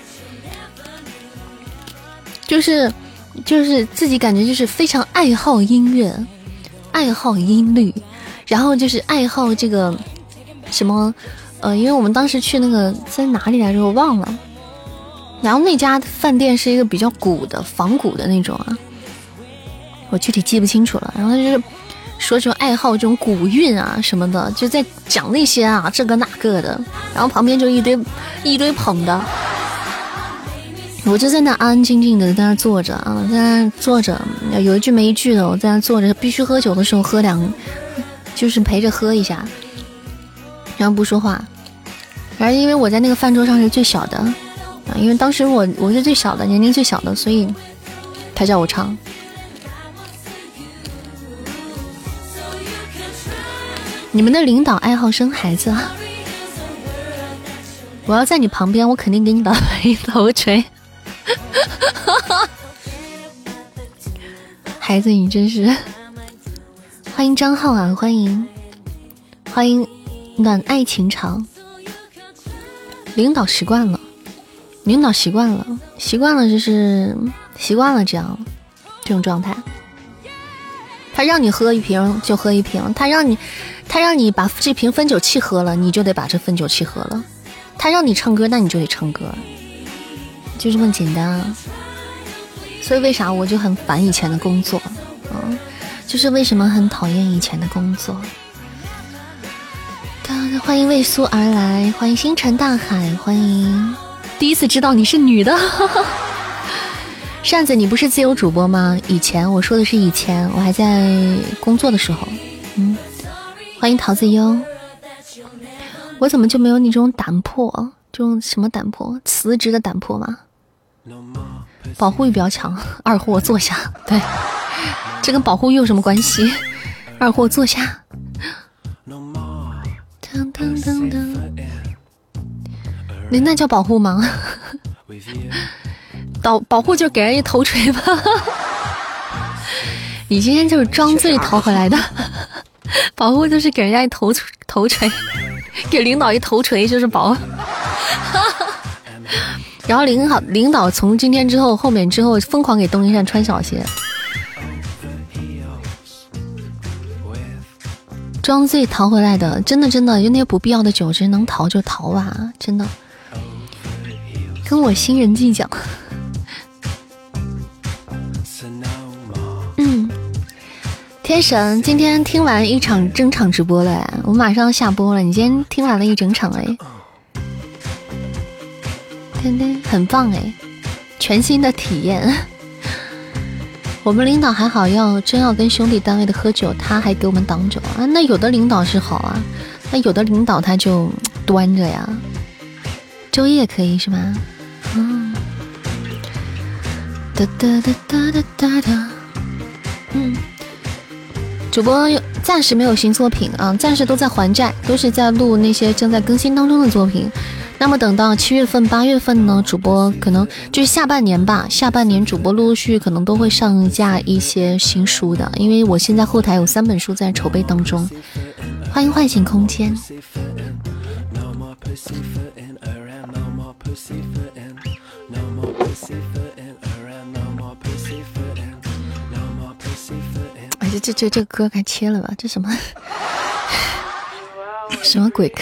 自己感觉就是非常爱好音乐，爱好音律，然后就是爱好这个什么因为我们当时去那个在哪里来着我忘了，然后那家饭店是一个比较古的仿古的那种啊，我具体记不清楚了，然后就是说这种爱好这种古韵啊什么的，就在讲那些啊这个那个的，然后旁边就一堆捧的，我就在那安安静静的在那坐着啊，在那坐着，有一句没一句的，我在那坐着，必须喝酒的时候就是陪着喝一下，然后不说话， 然后因为我在那个饭桌上是最小的啊，因为当时我是最小的，年龄最小的，所以他叫我唱。你们的领导爱好生孩子啊？我要在你旁边，我肯定给你打一头锤。孩子，你真是。欢迎张浩啊，欢迎暖爱情长。领导习惯了，就是习惯了这种状态。他让你喝一瓶就喝一瓶，他让你把这瓶汾酒气喝了，你就得把这汾酒气喝了。他让你唱歌，那你就得唱歌，就这么简单啊。所以为啥我就很烦以前的工作，就是为什么很讨厌以前的工作。欢迎魏苏而来，欢迎星辰大海，欢迎第一次知道你是女的。扇子，你不是自由主播吗？以前，我说的是以前，我还在工作的时候。欢迎桃子优。我怎么就没有你这种胆魄？这种什么胆魄？辞职的胆魄吗？保护欲比较强，二货坐下。对，这跟保护欲有什么关系？二货坐下。噔噔噔噔，那叫保护吗？保护就给人一头锤吧。你今天就是装醉逃回来的。保护就是给人家一头锤，给领导一头锤就是保。然后领导从今天之后后面之后疯狂给东一善穿小鞋。装醉逃回来的，真的有那些不必要的酒汁，能逃就逃吧，真的。跟我新人计较。天神，今天听完一场整场直播了，我马上要下播了。你今天听完了一整场哎，很棒哎，全新的体验。我们领导还好，真要跟兄弟单位的喝酒，他还给我们挡酒啊。那有的领导是好啊，那有的领导他就端着呀。周一也可以是吗？哒哒哒哒哒哒哒。主播暂时没有新作品啊，暂时都在还债，都是在录那些正在更新当中的作品。那么等到7月份、8月份呢，主播可能就是下半年吧，下半年主播陆续可能都会上架一些新书的，因为我现在后台有3本书在筹备当中。欢迎唤醒空间。哎，这个歌该切了吧？这什么什么鬼歌？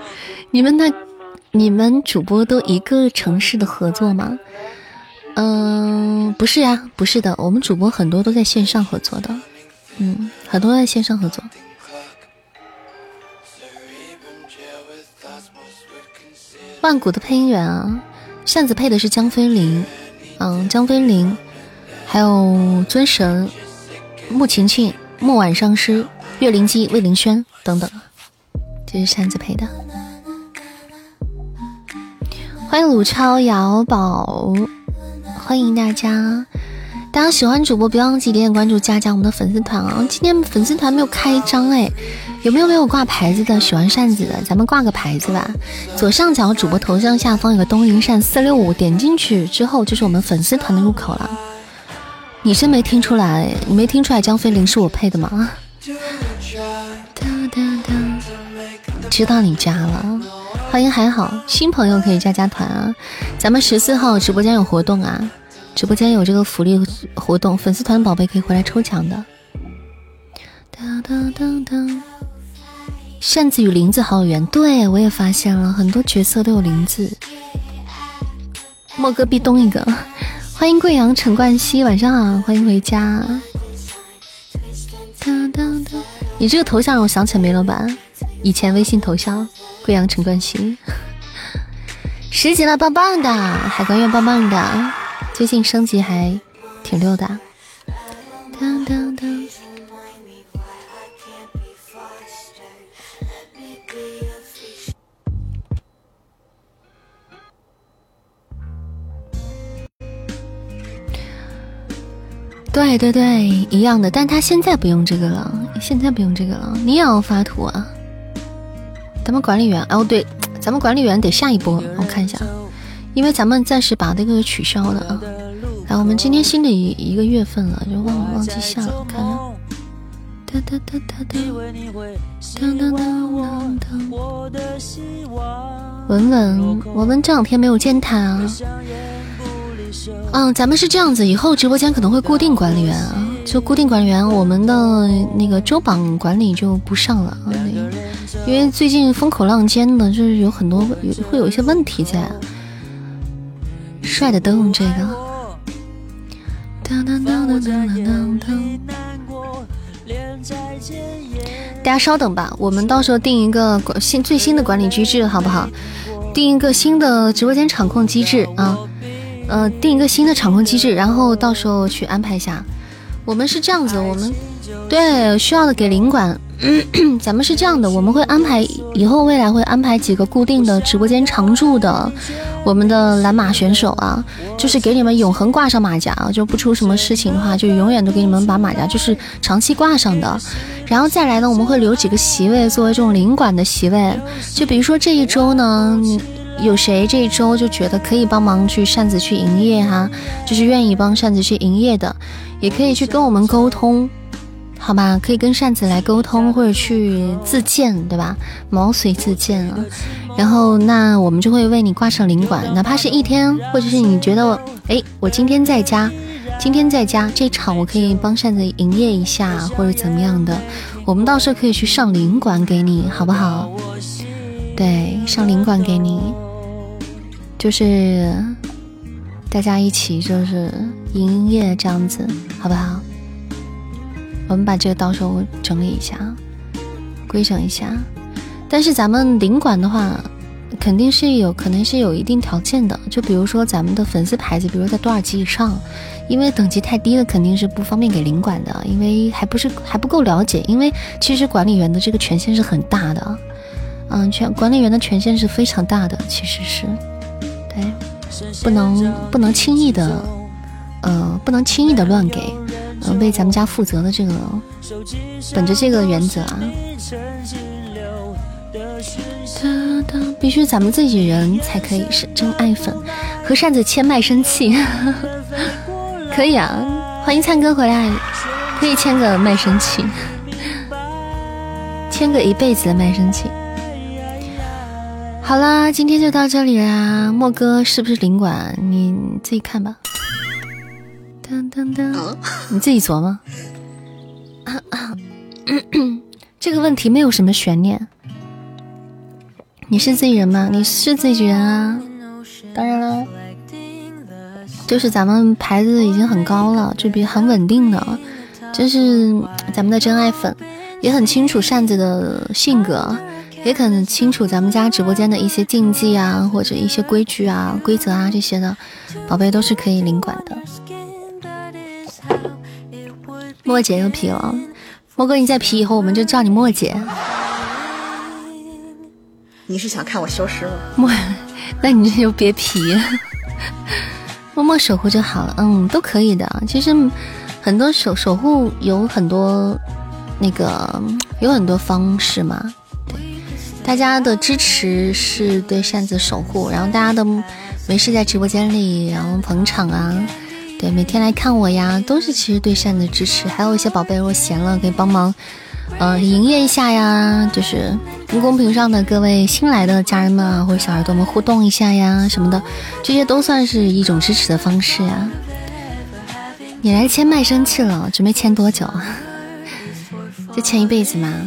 你们主播都一个城市的合作吗？不是呀，不是的，我们主播很多都在线上合作的，很多在线上合作。万古的配音员啊，扇子配的是江飞林，江飞林，还有尊神、穆晴晴、莫晚上诗、岳灵姬、魏凌轩等等，这是扇子配的。欢迎鲁超、瑶宝，欢迎大家！大家喜欢主播，不要忘记点点关注，加我们的粉丝团啊！今天粉丝团没有开张哎，有没有挂牌子的？喜欢扇子的，咱们挂个牌子吧。左上角主播头像下方有个东营扇465，点进去之后就是我们粉丝团的入口了。你是没听出来？你没听出来江飞林是我配的吗？知道你加了。欢迎还好，新朋友可以加团啊！咱们14号直播间有活动啊，直播间有这个福利活动，粉丝团宝贝可以回来抽奖的。扇子与林子好有缘，对我也发现了很多角色都有林子。莫哥必东一个，欢迎贵阳陈冠希，晚上好，欢迎回家。你这个头像让我想起梅老板以前微信头像。贵阳陈冠希10级了，棒棒的，海关月棒棒的，最近升级还挺溜的。 对对对，一样的，但他现在不用这个了，你也要发图啊？咱们管理员，哦对，咱们管理员得下一波，我看一下，因为咱们暂时把这个取消了啊。哎，我们今天新的一个月份了，就忘记下了，看看。文文这两天没有见他啊。咱们是这样子，以后直播间可能会固定管理员啊，就固定管理员，我们的那个周榜管理就不上了啊，因为最近风口浪尖的，就是有很多会有一些问题在。帅的灯这个。大家稍等吧，我们到时候定一个最新的管理机制好不好？定一个新的直播间场控机制啊，定一个新的场控机制，然后到时候去安排一下。我们是这样子，我们对需要的给领馆，咱们是这样的，我们会安排以后未来会安排几个固定的直播间常驻的我们的蓝马选手啊，就是给你们永恒挂上马甲，就不出什么事情的话，就永远都给你们把马甲就是长期挂上的。然后再来呢，我们会留几个席位作为这种领馆的席位，就比如说这一周呢，有谁这一周就觉得可以帮忙去扇子去营业哈，就是愿意帮扇子去营业的，也可以去跟我们沟通，好吧？可以跟扇子来沟通，或者去自荐，对吧？毛遂自荐啊。然后那我们就会为你挂上领馆，哪怕是一天，或者是你觉得我今天在家这场我可以帮扇子营业一下，或者怎么样的，我们到时候可以去上领馆给你，好不好？对，上领馆给你，就是大家一起就是营业这样子，好不好？我们把这个到时候整理一下，规整一下。但是咱们领馆的话可能是有一定条件的，就比如说咱们的粉丝牌子，比如在多少级以上，因为等级太低的肯定是不方便给领馆的，因为还不够了解，因为其实管理员的这个权限是很大的，管理员的权限是非常大的，其实是对，不能轻易的乱给，为咱们家负责的这个，本着这个原则啊，必须咱们自己人才可以是真爱粉，和扇子签卖身契可以啊，欢迎灿哥回来，可以签个卖身契，签个一辈子的卖身契。好啦，今天就到这里啦。莫哥是不是领馆？你自己看吧。你自己琢磨。这个问题没有什么悬念。你是自己人吗？你是自己人啊。当然了，就是咱们牌子已经很高了，这笔很稳定的，这是咱们的真爱粉，也很清楚扇子的性格，也很清楚咱们家直播间的一些禁忌啊，或者一些规矩啊、规则啊这些的，宝贝都是可以领馆的。莫姐又皮了，莫哥你再皮以后我们就叫你莫姐。 你是想看我消失吗？ 莫，那你这就别皮，默默守护就好了。都可以的。其实很多守护有很多有很多方式嘛。对，大家的支持是对扇子守护，然后大家的没事在直播间里然后捧场啊，对，每天来看我呀，都是其实对扇子支持。还有一些宝贝如果闲了可以帮忙营业一下呀，就是跟公屏上的各位新来的家人们啊，或者小耳朵们互动一下呀什么的，这些都算是一种支持的方式呀。你来签卖身契了，准备签多久？就签一辈子吗？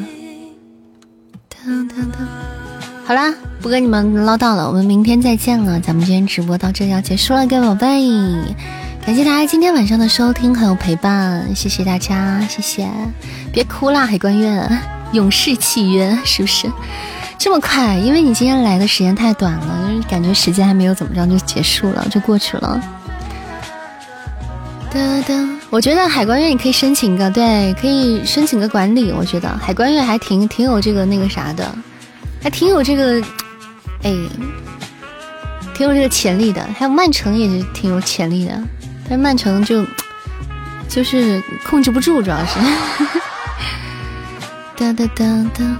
好啦，不跟你们唠叨了，我们明天再见了。咱们今天直播到这里要结束了，各位宝贝，感谢大家今天晚上的收听还有陪伴，谢谢大家，谢谢。别哭啦，海关月，勇士契约是不是这么快？因为你今天来的时间太短了，就是感觉时间还没有怎么着就结束了，就过去了。我觉得海关月你可以申请个，对，可以申请个管理。我觉得海关月还挺有这个那个啥的，还挺有这个，挺有这个潜力的。还有曼城也是挺有潜力的，但是曼城就就是控制不住，主要是。哒哒哒哒。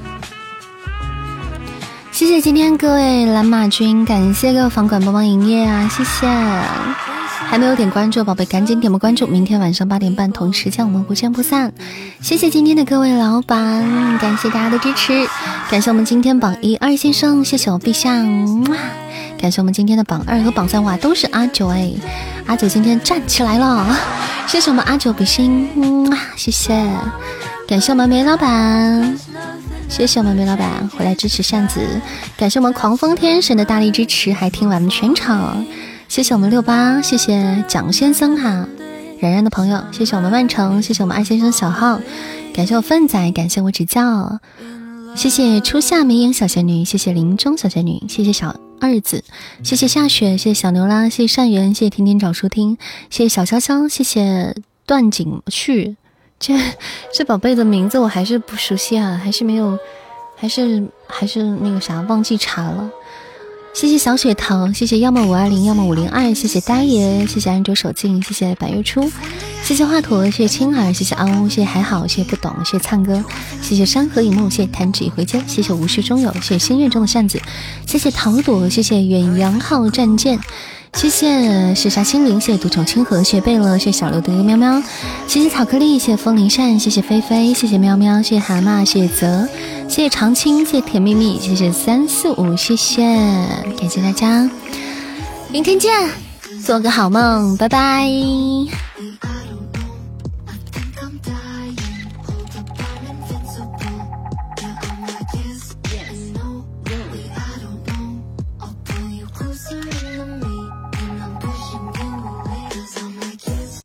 谢谢今天各位蓝马军，感谢各位房管帮忙营业啊，谢谢。还没有点关注宝贝赶紧点波关注，明天晚上8点半同时间我们不见不散。谢谢今天的各位老板，感谢大家的支持，感谢我们今天榜1二先生，谢谢我陛下，感谢我们今天的榜2和榜3，哇都是阿九哎，阿九今天站起来了，谢谢我们阿九比心，谢谢，感谢我们梅老板，谢谢我们梅老板回来支持扇子，感谢我们狂风天神的大力支持，还听完了全场，谢谢我们68，谢谢蒋先生哈，冉冉的朋友，谢谢我们曼城，谢谢我们二先生小号，感谢我奋仔，感谢我指教，谢谢初夏迷影小仙女，谢谢林中小仙女，谢谢小二子，谢谢夏雪，谢谢小牛啦，谢谢善缘，谢谢天天找书听，谢谢小潇潇，谢谢段景旭，这宝贝的名字我还是不熟悉啊，还是没有，还是那个啥忘记查了。谢谢小雪桃，谢谢要么520要么502，谢谢呆爷，谢谢安卓手镜，谢谢百月初，谢谢华佗，谢谢青儿，谢谢阿乌，谢谢还好，谢谢不懂，谢谢灿哥，谢谢山河一幕，谢谢弹指一挥间，谢谢无序中有，谢谢心愿中的扇子，谢谢桃朵，谢谢远洋号战舰，谢谢是啥心灵，谢谢独宠清河，谢谢贝勒，谢谢小刘的喵喵，谢谢巧克力，谢谢风铃扇，谢谢菲菲，谢谢喵喵，谢谢蛤蟆，谢谢泽，谢谢长青，谢谢甜蜜蜜，谢谢345，谢谢，感谢大家，明天见，做个好梦，拜拜。